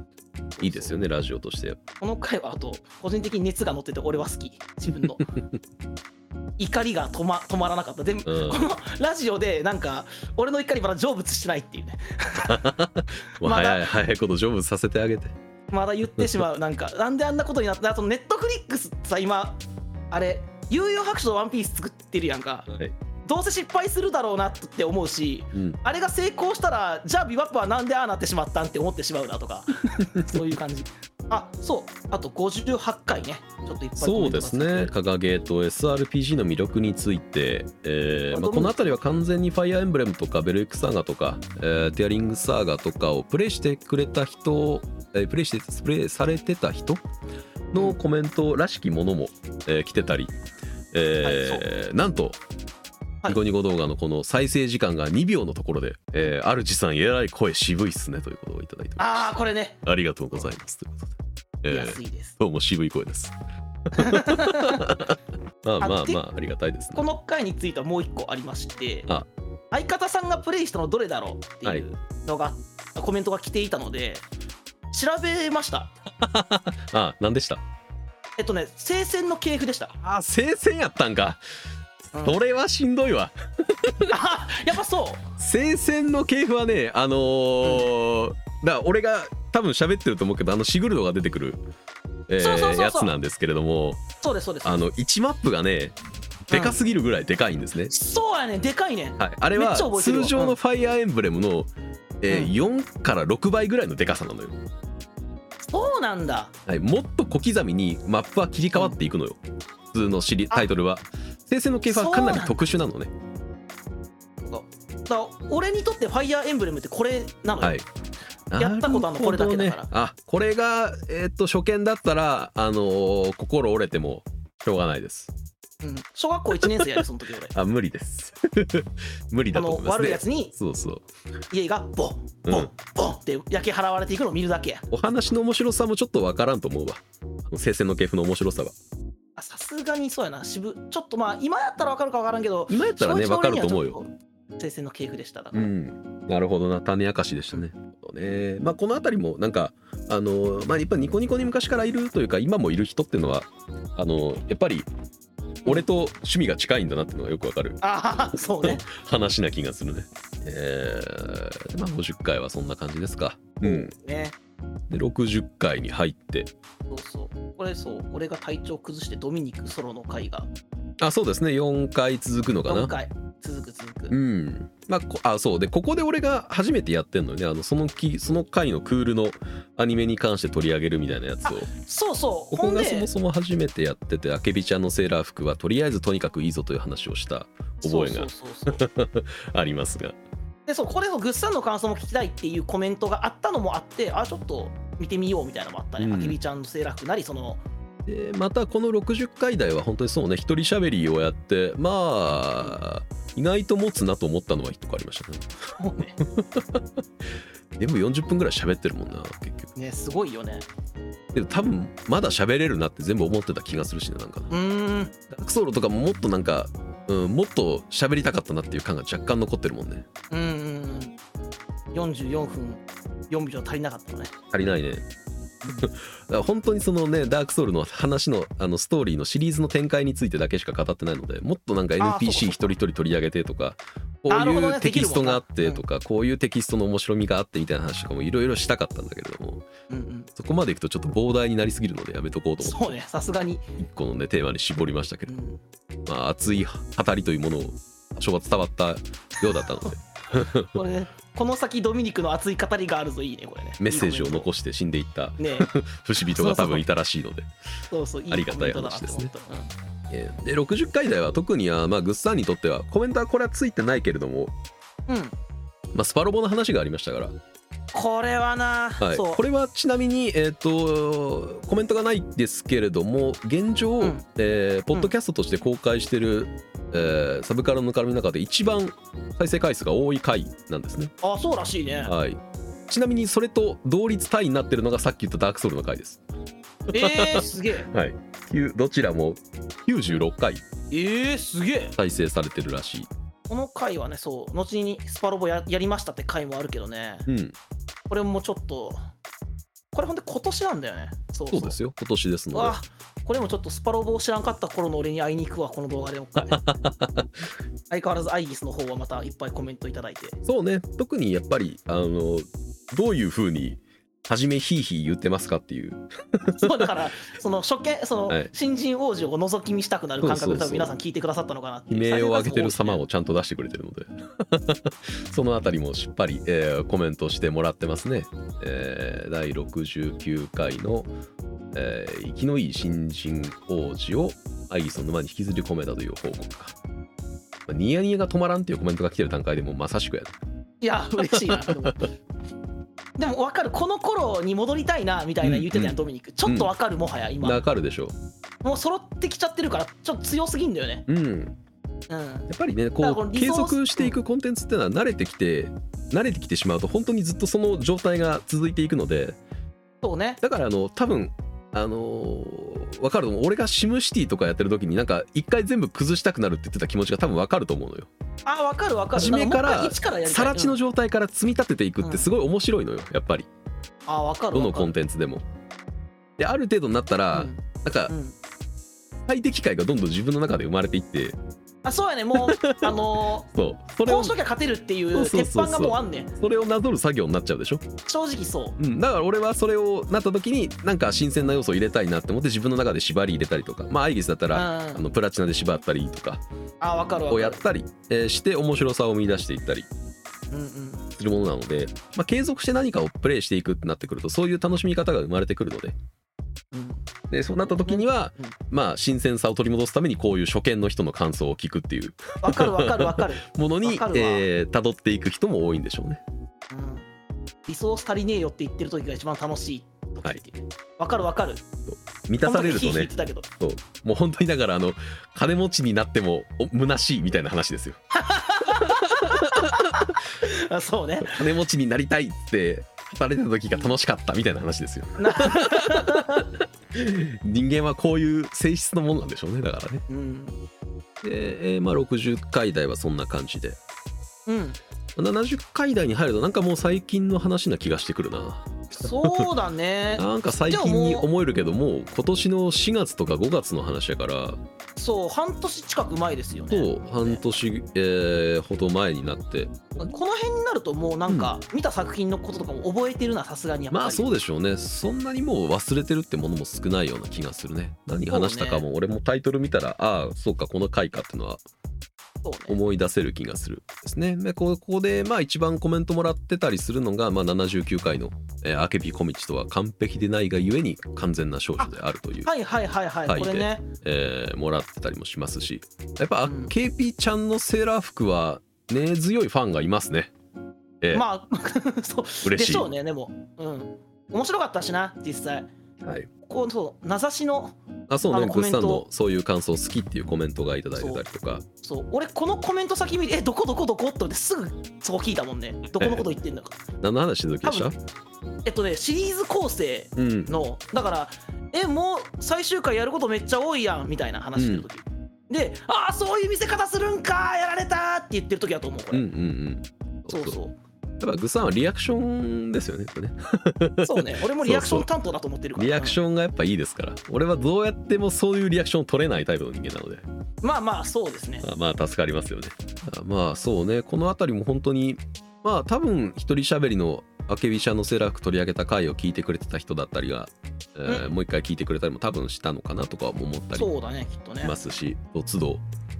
いいですよねラジオとして。 この回はあと個人的に熱が乗ってて俺は好き、自分の怒りが止まらなかった。でも、このラジオでなんか俺の怒りまだ成仏してないっていうね早いこと成仏させてあげて。 まだ言ってしまう。なんであんなことになった。あとネットフリックスさ、今あれ悠々白書とワンピース作ってるやんか、はい、どうせ失敗するだろうなって思うし、あれが成功したらじゃあビバップはなんでああなってしまったんって思ってしまうなとかそういう感じ。あと58回ね、ちょっといっぱいそうですね、カガゲーと SRPG の魅力について、この辺りは完全にファイアーエンブレムとかベルエックサーガとか、ティアリングサーガとかをプレイしてくれた人、プレイされてた人のコメントらしきものも、来てたり、なんとニコニコ動画のこの再生時間が2秒のところで、主さんえらい声渋いっすねということをいただいてます。 これね、 ありがとうございますということで、 安いです。 どうも渋い声ですまあありがたいですね。 この回についてはもう一個ありまして、相方さんがプレイしたのどれだろうっていうのが、コメントが来ていたので調べました何でした？ 聖戦の系譜でした。 聖戦やったんか。それはしんどいわやっぱそう。 聖戦の系譜はね、だから俺が多分喋ってると思うけど、シグルドが出てくる、やつなんですけれども、 そうです 1マップがねでかすぎるぐらいでかいんですね。 そうやね、でかいね。 あれは通常のファイアーエンブレムの、4から6倍ぐらいのでかさなのよ。 そうなんだ。 もっと小刻みにマップは切り替わっていくのよ、普通のタイトルは。聖戦の系譜はかなり特殊なのね。 だ俺にとってファイアーエンブレムってこれなのよ。やったことあるのこれだけだから。 これが初見だったら心折れてもしょうがないです。 小学校1年生やね、その時俺。 無理です無理だと思います。 悪いやつに家がボンボンボンって焼き払われていくのを見るだけや。 お話の面白さもちょっとわからんと思うわ、聖戦の系譜の面白さは。 さすがにそうやな、ちょっと今やったら分かるか分からんけど、 今やったらね分かると思うよ。 聖戦の系譜でしただから。 なるほどな、種明かしでしたね。この辺りもなんかやっぱニコニコに昔からいるというか今もいる人っていうのはやっぱり俺と趣味が近いんだなっていうのがよくわかるそうね話な気がするね。50回はそんな感じですか。で60回に入って、 これ俺が体調崩してドミニクソロの回がそうですね、4回続くのかな。 4回続くそうで、ここで俺が初めてやってんのよね。その回のクールのアニメに関して取り上げるみたいなやつを。ここがそもそも初めてやってて、あけびちゃんのセーラー服はとりあえずとにかくいいぞという話をした覚えがありますが、 でここでグッサンの感想も聞きたいっていうコメントがあったのもあって、ちょっと見てみようみたいなのもあったね。あけびちゃんのセーラー服なりでまたこの60回台は本当にそうね、一人喋りをやって、意外と持つなと思ったのは一個ありましたね。でも40分ぐらい喋ってるもんな結局ね。すごいよね。 でも多分まだ喋れるなって全部思ってた気がするしね。なんかダークソウルとかももっとなんか、もっと喋りたかったなっていう感が若干残ってるもんね。 44分4秒足りなかったのね。 足りないね。だから本当にそのね、ダークソウルの話のストーリーのシリーズの展開についてだけしか語ってないので、もっとなんか NPC 一人一人取り上げてとか、こういうテキストがあってとか、こういうテキストの面白みがあってみたいな話とかもいろいろしたかったんだけれども、そこまでいくとちょっと膨大になりすぎるのでやめとこうと思って、 そうね、さすがに一個のねテーマに絞りましたけど、熱い語りというものを多少は伝わったようだったのでこれね、この先ドミニクの熱い語りがあるぞ。いいねこれね。 メッセージを残して死んでいった不死人が多分いたらしいので、ありがたい話ですね。で60回台は特にグッサンにとってはコメントはこれはついてないけれども、スパロボの話がありましたから、 これはな、 これはちなみに、コメントがないですけれども、現状、ポッドキャストとして公開してる、サブカルの絡みの中で一番再生回数が多い回なんですね。 そうらしいね。 ちなみにそれと同率タイになってるのがさっき言ったダークソウルの回です。 すげえ。 どちらも96回すげえ再生されてるらしい。 この回はね、後にスパロボ やりましたって回もあるけどね、これもちょっとこれほんで今年なんだよね。 そうですよ、今年ですので。 これもちょっとスパロボを知らんかった頃の俺に会いに行くわ、この動画で。相変わらずアイギスの方はまたいっぱいコメントいただいて。 そうね、特にやっぱりどういう風に初めヒーヒー言ってますかっていうそうだからその新人王子を覗き見したくなる感覚で多分皆さん聞いてくださってたのかなっていう。 悲鳴を上げてる様をちゃんと出してくれてるのでそのあたりもしっかり、コメントしてもらってますね。第69回の、生きのいい新人王子をアイギスの沼に引きずり込めたという報告か。ニヤニヤが止まらんっていうコメントが来てる段階でもうまさしくやる。 いや嬉しいな。でも分かる、この頃に戻りたいなみたいな言ってたやん、ドミニク。ちょっと分かる、もはや今。 分かるでしょ。 もう揃ってきちゃってるから、ちょっと強すぎんだよね。 やっぱりね、こう継続していくコンテンツっていうのは慣れてきてしまうと本当にずっとその状態が続いていくので。 そうね。 だから多分分かると思う。俺がシムシティとかやってる時になんか一回全部崩したくなるって言ってた気持ちが多分分かると思うのよ。 分かる。 初めからさら地の状態から積み立てていくってすごい面白いのよ、やっぱり。 分かる。 どのコンテンツでも。である程度になったら、なんか最適解がどんどん自分の中で生まれていって。 そうやね、もうそうこうしときゃ勝てるっていう鉄板がもうあんねん。 それをなぞる作業になっちゃうでしょ。 正直そう、 だから俺はそれをなった時になんか新鮮な要素を入れたいなって思って自分の中で縛り入れたりとか、アイギスだったらプラチナで縛ったりとかをやったりして面白さを見出していったりするものなので、継続して何かをプレイしていくってなってくるとそういう楽しみ方が生まれてくるので。でそうなった時には、新鮮さを取り戻すためにこういう初見の人の感想を聞くっていう分かるものに辿っていく人も多いんでしょうね。 リソース足りねえよって言ってる時が一番楽しいとか言って、分かる。 満たされるとね、そうもう本当にだから金持ちになっても虚しいみたいな話ですよ。 そうね、 金持ちになりたいって働いてた時が楽しかったみたいな話ですよ。人間はこういう性質のものなんでしょうね、だからね。で、60回台はそんな感じで、70回台に入るとなんかもう最近の話な気がしてくるな。 そうだね。 なんか最近に思えるけども今年の4月とか5月の話やから、 そう半年近く前ですよね。 そう半年、ほど前になって、 この辺になるともうなんか見た作品のこととかも覚えてるな、さすがに。やっぱりそうでしょうね。そんなにもう忘れてるってものも少ないような気がするね。何話したかも俺もタイトル見たらそうかこの回かっていうのは思い出せる気がするですね。でここで一番コメントもらってたりするのが、79回のアケビコミチとは完璧でないがゆえに完全な少女であるという回でもらってたりもしますし、やっぱKP ちゃんのセーラー服は根強いファンがいますね。 そう嬉しいでしょうね。でも面白かったしな実際。そう名指しのそうね、グッさんのそういう感想好きっていうコメントがいただいてたりとか。 そう俺このコメント先見てどこって言ってすぐそこ聞いたもんね。どこのこと言ってんだか。 何の話してる時でした？ シリーズ構成の、だからもう最終回やることめっちゃ多いやんみたいな話してる時、でそういう見せ方するんかやられたって言ってる時だと思うこれ。そうやっぱグッさんはリアクションですよね。 そうね、俺もリアクション担当だと思ってるから。 リアクションがやっぱいいですから。俺はどうやってもそういうリアクションを取れないタイプの人間なので、 そうですね。 助かりますよね。そうね、このあたりも本当に多分一人喋りのアケビシャのセーラー服取り上げた回を聞いてくれてた人だったりが、もう一回聞いてくれたりも多分したのかなとかも思ったりしますし、都度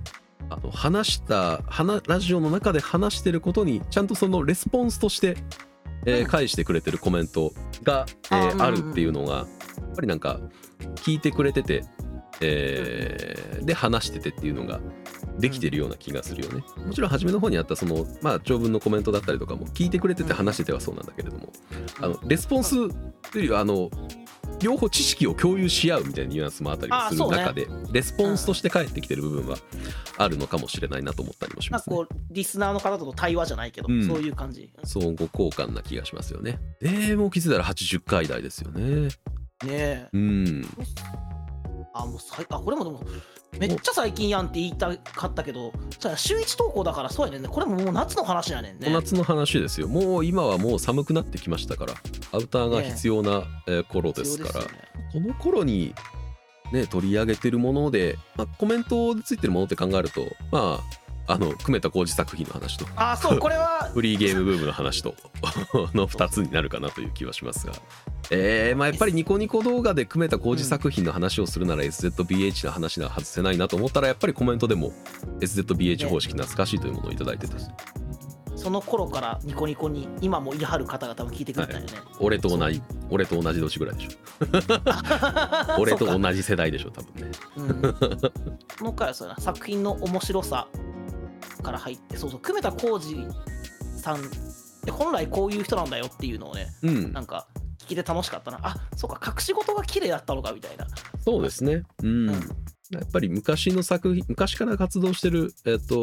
ラジオの中で話してることにちゃんとそのレスポンスとして、返してくれてるコメントが、あるっていうのがやっぱりなんか聞いてくれてて、で話しててっていうのができてるような気がするよね。もちろん初めの方にあったその長文のコメントだったりとかも聞いてくれてて話しててはそうなんだけれども、レスポンスというより両方知識を共有し合うみたいなニュアンスもあったりもする中で、レスポンスとして返ってきてる部分はあるのかもしれないなと思ったりもしますね。 リスナーの方との対話じゃないけど、そういう感じ、 相互交換な気がしますよね。もう気づいたら80回台ですよね。 もうこれもでもめっちゃ最近やんって言いたかったけど、じゃあ週1投稿だからそうやねんね。これももう夏の話やねんね。 夏の話ですよ。もう今はもう寒くなってきましたから、アウターが必要な頃ですから、この頃にね取り上げてるもので、コメントでついてるものって考えると、久米田浩二作品の話と、 そうこれはフリーゲームブームの話との2つになるかなという気はしますが、やっぱりニコニコ動画で久米田浩二作品の話をするなら SZBH の話は外せないなと思ったら、やっぱりコメントでも SZBH 方式懐かしいというものをいただいてた、 その頃からニコニコに今もいはる方が多分聞いてくれたよね、 俺と同じ年ぐらいでしょ俺と同じ世代でしょ多分ね、 この回はそうやな、作品の面白さから入って、そう久米田浩二さん本来こういう人なんだよっていうのをね、なんか聞きで楽しかったな。そうか、隠し事が綺麗だったのかみたいな。 そうですね。やっぱり昔から活動してる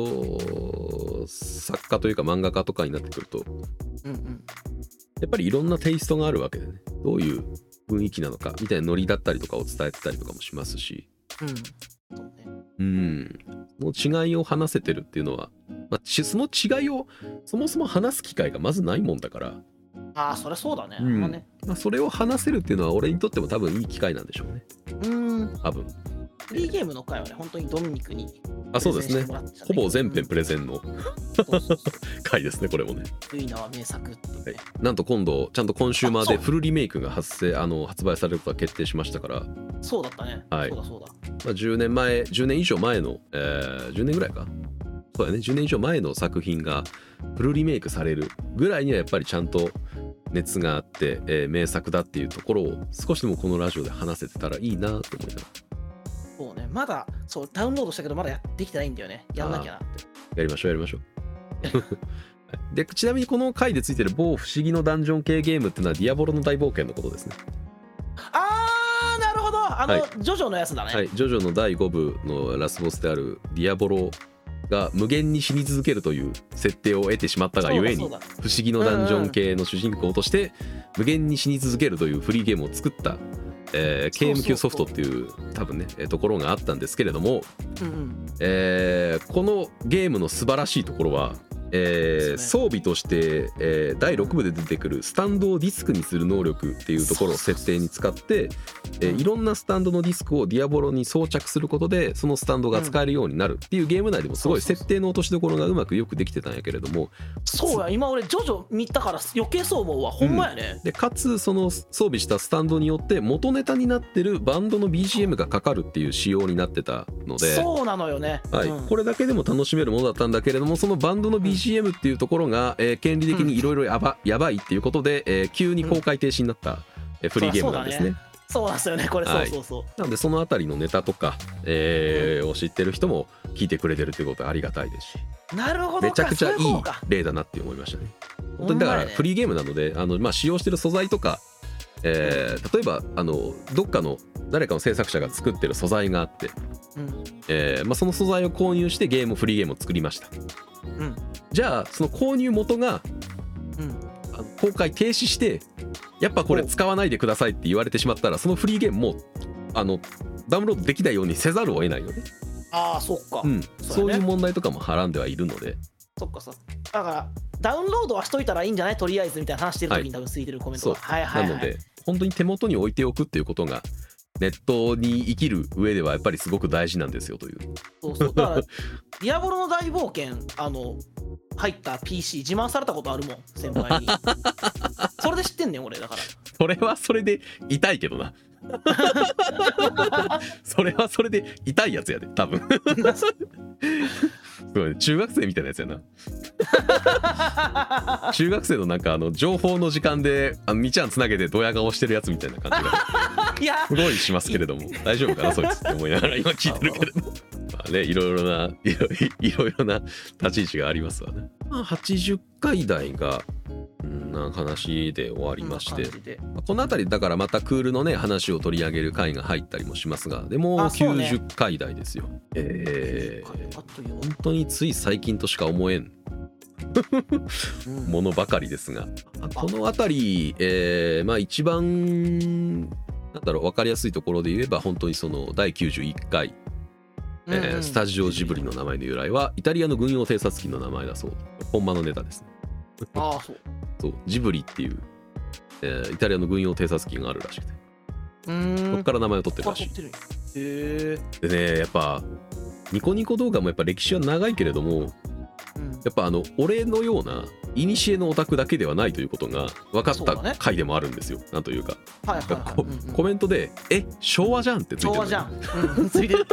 作家というか漫画家とかになってくると、やっぱりいろんなテイストがあるわけでね、どういう雰囲気なのかみたいなノリだったりとかを伝えてたりとかもしますし、その違いを話せてるっていうのは、その違いをそもそも話す機会がまずないもんだから、 そりゃそうだね。 それを話せるっていうのは俺にとっても多分いい機会なんでしょうね。多分フリーゲームの回はね、本当にドミニクにそうですね、ほぼ全編プレゼンの回ですね、これもね。 ウイナは名作ってね、 なんと今度ちゃんとコンシューマーでフルリメイクが発売されることが決定しましたから。 そうだったね。そうだ。 10年以上前の、10年ぐらいか、そうだね、10年以上前の作品がフルリメイクされるぐらいにはやっぱりちゃんと熱があって、名作だっていうところを少しでもこのラジオで話せてたらいいなと思いながら。 そうね、まだダウンロードしたけどまだできてないんだよね。やんなきゃなって。 やりましょうで、ちなみにこの回でついてる某不思議のダンジョン系ゲームっていうのはディアボロの大冒険のことですね。 なるほど、ジョジョのやつだね。 ジョジョの第5部のラスボスであるディアボロが無限に死に続けるという設定を得てしまったがゆえに、不思議のダンジョン系の主人公として無限に死に続けるというフリーゲームを作ったKMQ ソフトっていう多分ねところがあったんですけれども、このゲームの素晴らしいところは、装備として、第6部で出てくるスタンドをディスクにする能力っていうところを設定に使って、いろんなスタンドのディスクをディアボロに装着することでそのスタンドが使えるようになるっていうゲーム内でもすごい設定の落としどころがうまくよくできてたんやけれども、 そうや、今俺ジョジョ見たから余計そう思うわ。ほんまやね。 でかつその装備したスタンドによって元ネタになってるバンドの BGM がかかるっていう仕様になってたので、 そうなのよね、 これだけでも楽しめるものだったんだけれども、そのバンドの BGM っていうところが、権利的にいろいろやばいっていうことで、急に公開停止になった、フリーゲームなんですね。 そうなんですよね、これ。なのでそのあたりのネタとか、を知ってる人も聞いてくれてるということはありがたいですし、 なるほど、 めちゃくちゃいい例だなって思いましたね。本当にだからフリーゲームなので使用してる素材とか、例えばどっかの誰かの制作者が作ってる素材があって、その素材を購入してフリーゲームを作りました、じゃあその購入元が、公開停止してやっぱこれ使わないでくださいって言われてしまったら、そのフリーゲームもダウンロードできないようにせざるを得ないよね。 そっか、 そういう問題とかもはらんではいるので。 そっかだからダウンロードはしといたらいいんじゃない、とりあえずみたいな話してる時に多分ついてるコメントが、 なので本当に手元に置いておくっていうことがネットに生きる上ではやっぱりすごく大事なんですよという。 だからディアボロの大冒険入った PC 自慢されたことあるもん、先輩に。それで知ってんねん俺。だからそれはそれで痛いけどな。それはそれで痛いやつやで多分。すごい、中学生みたいなやつやな。中学生のなんか情報の時間でみちゃんつなげてドヤ顔してるやつみたいな感じがすごいしますけれども、大丈夫かなそいつって思いながら今聞いてるけれども。いろいろな立ち位置がありますわね。80回台がな話で終わりまして、この辺りだからまたクールのね話を取り上げる回が入ったりもしますが、でも90回台ですよ。本当につい最近としか思えんものばかりですが、この辺り、一番なんだろう、分かりやすいところで言えば本当にその第91回、スタジオジブリの名前の由来はイタリアの軍用偵察機の名前だそう。ほんまのネタですね。 ああ、そう。 そうジブリっていう、イタリアの軍用偵察機があるらしくて、そこから名前を取ってるらしい。 へでね、やっぱニコニコ動画もやっぱ歴史は長いけれども、やっぱ俺のような古のオタクだけではないということが分かった回でもあるんですよ。なんというか、コメントで「昭和じゃん」ってついてる。 昭和じゃん、ついてる。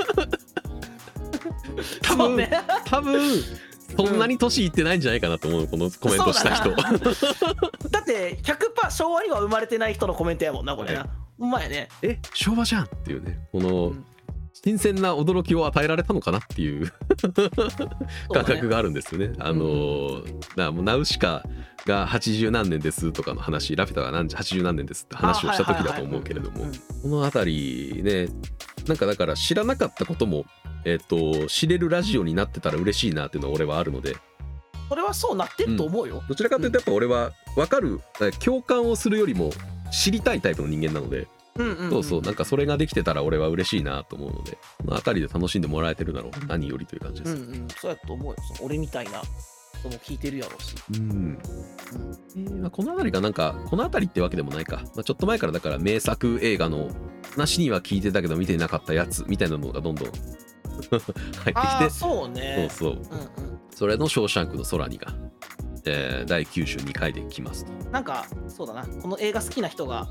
多分そんなに年いってないんじゃないかなと思う、このコメントした人。 だって 100% 昭和には生まれてない人のコメントやもんな、これな。うまいね。 昭和じゃんっていうね、この新鮮な驚きを与えられたのかなっていう感覚があるんですよね。もうナウシカが80何年ですとかの話、ラピュタが80何年ですって話をした時だと思うけれども、この辺りね、なんかだから知らなかったことも知れるラジオになってたら嬉しいなっていうのは俺はあるので、 それはそうなってると思うよ。 どちらかというとやっぱ俺は分かる、共感をするよりも知りたいタイプの人間なので、そうそう、なんかそれができてたら俺は嬉しいなと思うので、この辺りで楽しんでもらえてるだろう、何よりという感じです。 そうやと思うよ。俺みたいな人も聞いてるやろうし。 この辺りがなんか、この辺りってわけでもないか、ちょっと前からだから名作映画の話には聞いてたけど見てなかったやつみたいなのがどんどん入ってきて、 そうね、 それの「ショーシャンクの空に」が、第92回で来ますと。 なんかそうだな、この映画好きな人が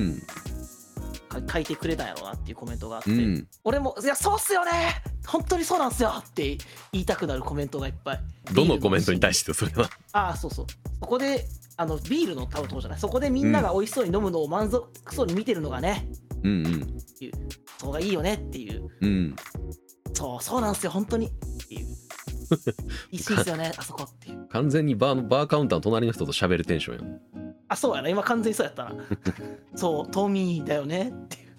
書いてくれたんやろうなっていうコメントがあって、俺も「いやそうっすよね、本当にそうなんすよ」って言いたくなるコメントがいっぱい。 どのコメントに対してそれはそうそこでビールのタオルじゃない、そこでみんなが美味しそうに飲むのを満足そうに見てるのがね、そこがいいよねっていう、そうなんすよ本当にっていういいシーンですよねあそこっていう。 完全にバーカウンターの隣の人と喋るテンションやん。 そうやな、今完全にそうやったな。そうトミーだよねっていう。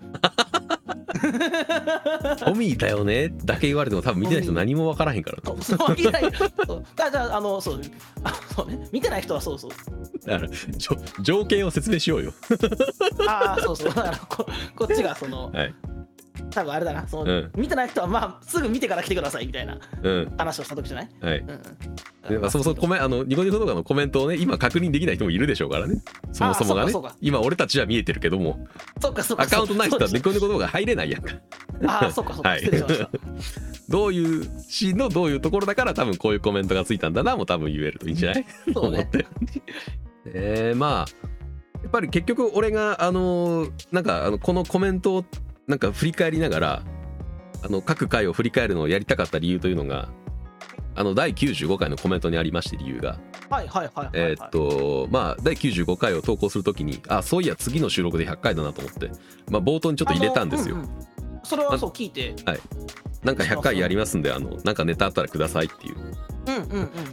トミーだよねだけ言われても多分見てない人何も分からへんから。 そう見てないそうじゃあそうね、見てない人はそうだから情景を説明しようよ。 そうだからこっちがその、多分あれだな、見てない人はすぐ見てから来てくださいみたいな話をした時じゃない。 そもそもニコニコ動画のコメントをね今確認できない人もいるでしょうからね、そもそもがね。今俺たちは見えてるけども、アカウントない人はニコニコ動画入れないやんか。 そうか失礼しました。 どういうシーンのどういうところだから多分こういうコメントがついたんだなも多分言えるといいんじゃないと思って。やっぱり結局俺がなんかこのコメントをなんか振り返りながら各回を振り返るのをやりたかった理由というのが第95回のコメントにありまして、理由が第95回を投稿するときにそういや次の収録で100回だなと思って、冒頭にちょっと入れたんですよ。 それはそう聞いて、 なんか100回やりますんでなんかネタあったらくださいっていう、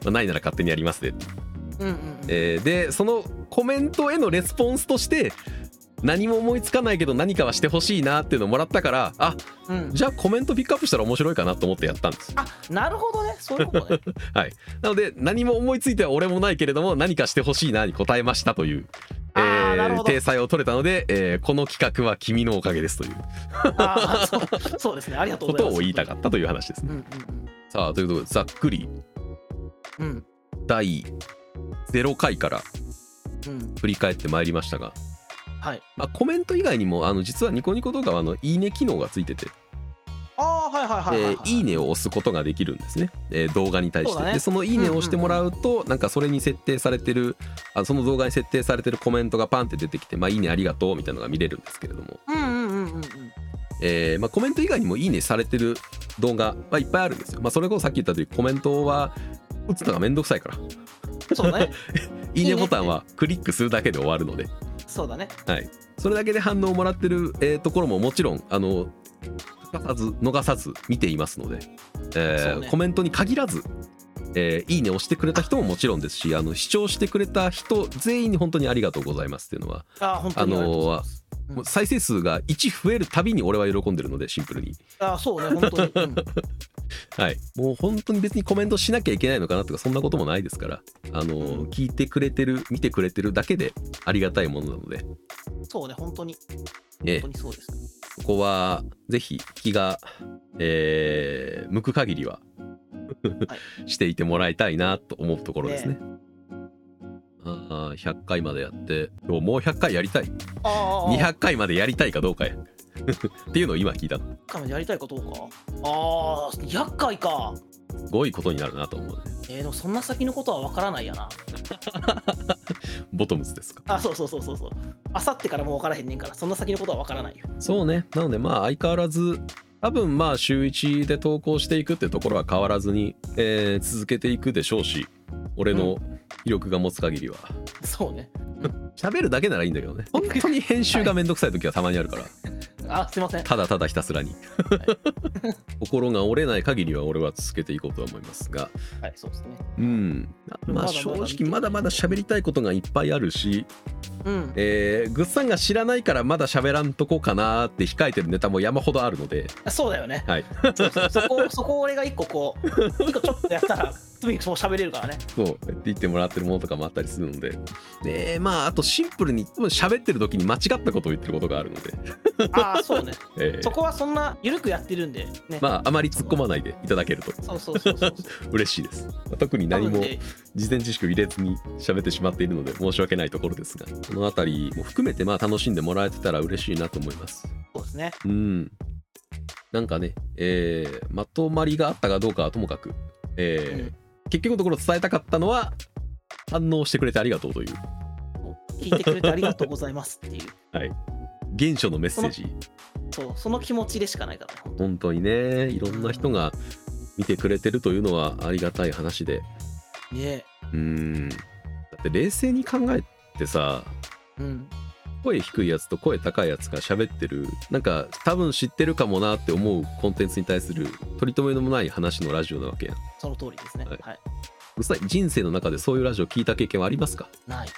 ないなら勝手にやりますで、でそのコメントへのレスポンスとして何も思いつかないけど何かはしてほしいなっていうのをもらったから、じゃあコメントピックアップしたら面白いかなと思ってやったんです。 なるほどね、そういうことね。 なので何も思いついては俺もないけれども何かしてほしいなに答えましたという体裁を取れたので、この企画は君のおかげですというそうですね、ありがとうございますことを言いたかったという話ですね。さあということでざっくり、第0回から振り返ってまいりましたが、コメント以外にも実はニコニコ動画はいいね機能がついてて、いいねを押すことができるんですね、動画に対して。でそのいいねを押してもらうと、なんかそれに設定されてるその動画に設定されてるコメントがパンって出てきて、いいねありがとうみたいなのが見れるんですけれども、コメント以外にもいいねされてる動画はいっぱいあるんですよ。それこそさっき言った通りコメントは打つのがめんどくさいから、 そうねいいねボタンはクリックするだけで終わるので、 そうだね、 それだけで反応をもらってる、ところももちろん逃さず見ていますので、コメントに限らず、 いいね押してくれた人ももちろんですし、視聴してくれた人全員に本当にありがとうございますっていうのは、 本当にありがとうございます。 再生数が1増えるたびに俺は喜んでるので、シンプルに。 そうね、本当に、 はい、もう本当に別にコメントしなきゃいけないのかなとかそんなこともないですから、聞いてくれてる見てくれてるだけでありがたいものなので。 そうね、本当に本当にそうです。 ここはぜひ気が、向く限りはしていてもらいたいなと思うところですね。100回までやって、もう100回やりたい、200回までやりたいかどうかやっていうのを今聞いた。 100回までやりたいかどうか。200回か。 すごいことになるなと思うね。 でもそんな先のことは分からないやな。 ボトムズですか。 そうあさってからもう分からへんねんから、そんな先のことは分からないよ。 そうね。なのでまあ相変わらず多分まあ週1で投稿していくってところは変わらずに、続けていくでしょうし、俺の威力が持つ限りは。 そうね。 喋るだけならいいんだけどね。本当に編集がめんどくさい時はたまにあるから。 すいません。 ただただひたすらに、心が折れない限りは俺は続けていこうとは思いますが。 そうですね。 まあ正直まだまだ喋りたいことがいっぱいあるし、グッさんが知らないからまだ喋らんとこかなって控えてるネタも山ほどあるので。 そうだよね。そこ俺が一個ちょっとやったらとにかく喋れるからね。そうやって言ってもらってるものとかもあったりするので、まああとシンプルに喋ってる時に間違ったことを言ってることがあるので。 そうね。そこはそんな緩くやってるんでね。 まああまり突っ込まないでいただけると嬉しいです。特に何も事前知識を入れずに喋ってしまっているので申し訳ないところですが、このあたりも含めてまあ楽しんでもらえてたら嬉しいなと思います。 そうですね。 なんかね、まとまりがあったかどうかはともかく、結局のところ伝えたかったのは、反応してくれてありがとうという、 聞いてくれてありがとうございますっていう原初のメッセージ。 その気持ちでしかないから、 本当にね、いろんな人が見てくれてるというのはありがたい話で、だって冷静に考えてさ、声低いやつと声高いやつが喋ってる、なんか多分知ってるかもなって思うコンテンツに対する取り留めのもない話のラジオなわけやん。 その通りですね。 人生の中でそういうラジオ聞いた経験はありますか？ ない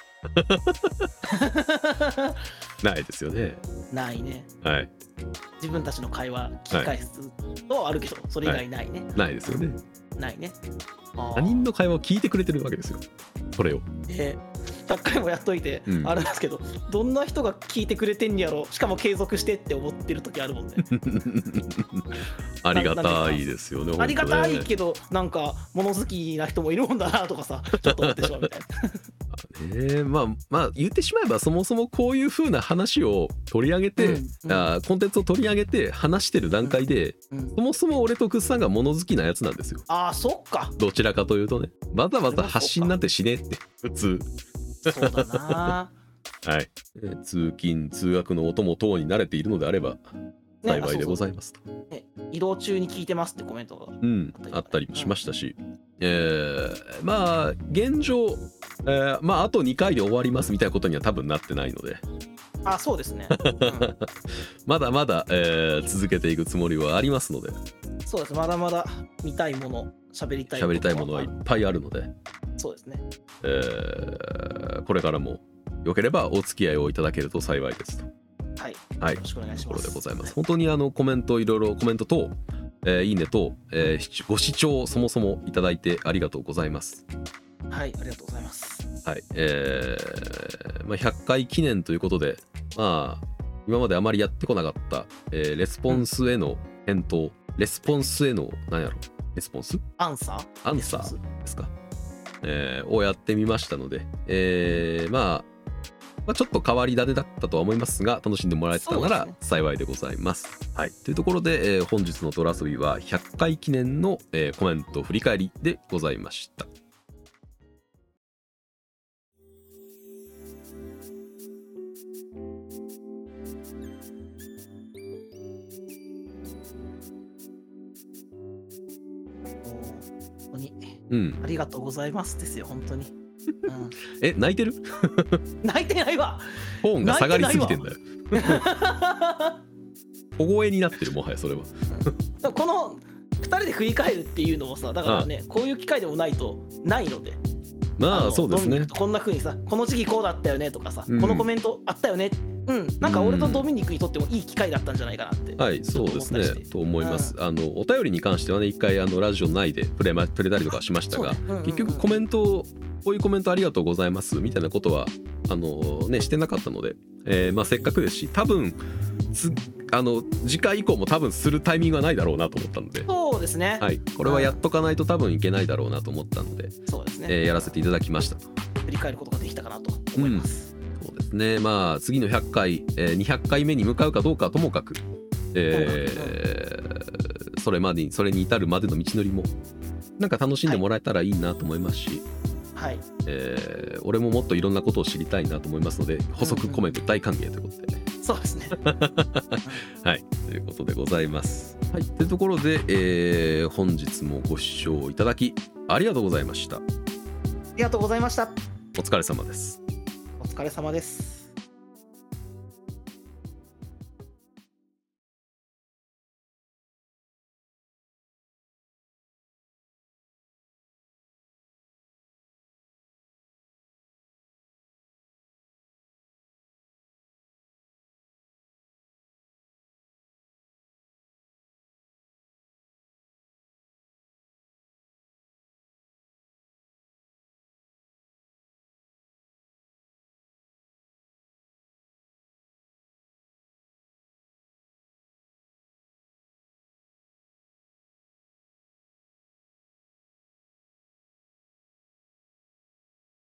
ないですよね。 ないね。自分たちの会話聞き返すのはあるけど、それ以外ないね。 ないですよね。 ないね。 他人の会話を聞いてくれてるわけですよ、それを。 100回もやっといて、あれですけど、どんな人が聞いてくれてんやろ、しかも継続してって思ってる時あるもんね。 ありがたいですよね。 ありがたいけど、なんか物好きな人もいるもんだなとかさ、ちょっと思ってしまうみたいな。 まあ言ってしまえば、そもそもこういう風な話を取り上げて、コンテンツを取り上げて話してる段階で、そもそも俺とグッさんが物好きなやつなんですよ。 そっか。 どちらかというとね、わざわざ発信なんてしねえって普通。 そうだな。 通勤通学のお供等に慣れているのであれば幸いでございますと。 移動中に聞いてますってコメントがあったりもしましたし、まあ現状、まああと2回で終わりますみたいなことには多分なってないので。 そうですね。 まだまだ、続けていくつもりはありますので。 そうです。まだまだ見たいもの、喋りたいものはいっぱいあるので。 そうですね。 これからもよければお付き合いをいただけると幸いですと。 よろしくお願いします。 ところでございます。本当にコメントいろいろコメント等、いいね等、ご視聴そもそもいただいてありがとうございます。 ありがとうございます。 100回記念ということで、まあ今まであまりやってこなかった、レスポンスへの返答、レスポンスへの何やろ、レスポンス？アンサーですか？をやってみましたので、まあちょっと変わり種だったとは思いますが、楽しんでもらえてたなら幸いでございます。というところで、本日のドラ遊びは100回記念の、コメント振り返りでございました。 ありがとうございますですよ、本当に。 泣いてる？ 泣いてないわ。 トーンが下がりすぎてんだよ。小声になってる、もはやそれは。 この2 人で振り返るっていうのもさ、だからね、こういう機会でもないので、 まあそうですね。 こんな風にさ、この時期こうだったよねとかさ、このコメントあったよね、なんか俺とドミニクにとってもいい機会だったんじゃないかなって。 はい、そうですねと思います。お便りに関してはね、一回ラジオ内で触れたりとかしましたが、結局コメント、こういうコメントありがとうございますみたいなことはしてなかったので、せっかくですし、多分次回以降も多分するタイミングはないだろうなと思ったので、 そうですね、 はい、これはやっとかないと多分いけないだろうなと思ったので、 そうですね、 やらせていただきました。 振り返ることができたかなと思います。 そうですね。まあ次の100回、200回目に向かうかどうかはともかく、それに至るまでの道のりもなんか楽しんでもらえたらいいなと思いますし、 はい、 俺ももっといろんなことを知りたいなと思いますので、補足コメント大歓迎ということで、 そうですねはいということでございます。はい、というところで、本日もご視聴いただきありがとうございました。 ありがとうございました。 お疲れ様です。 お疲れ様です。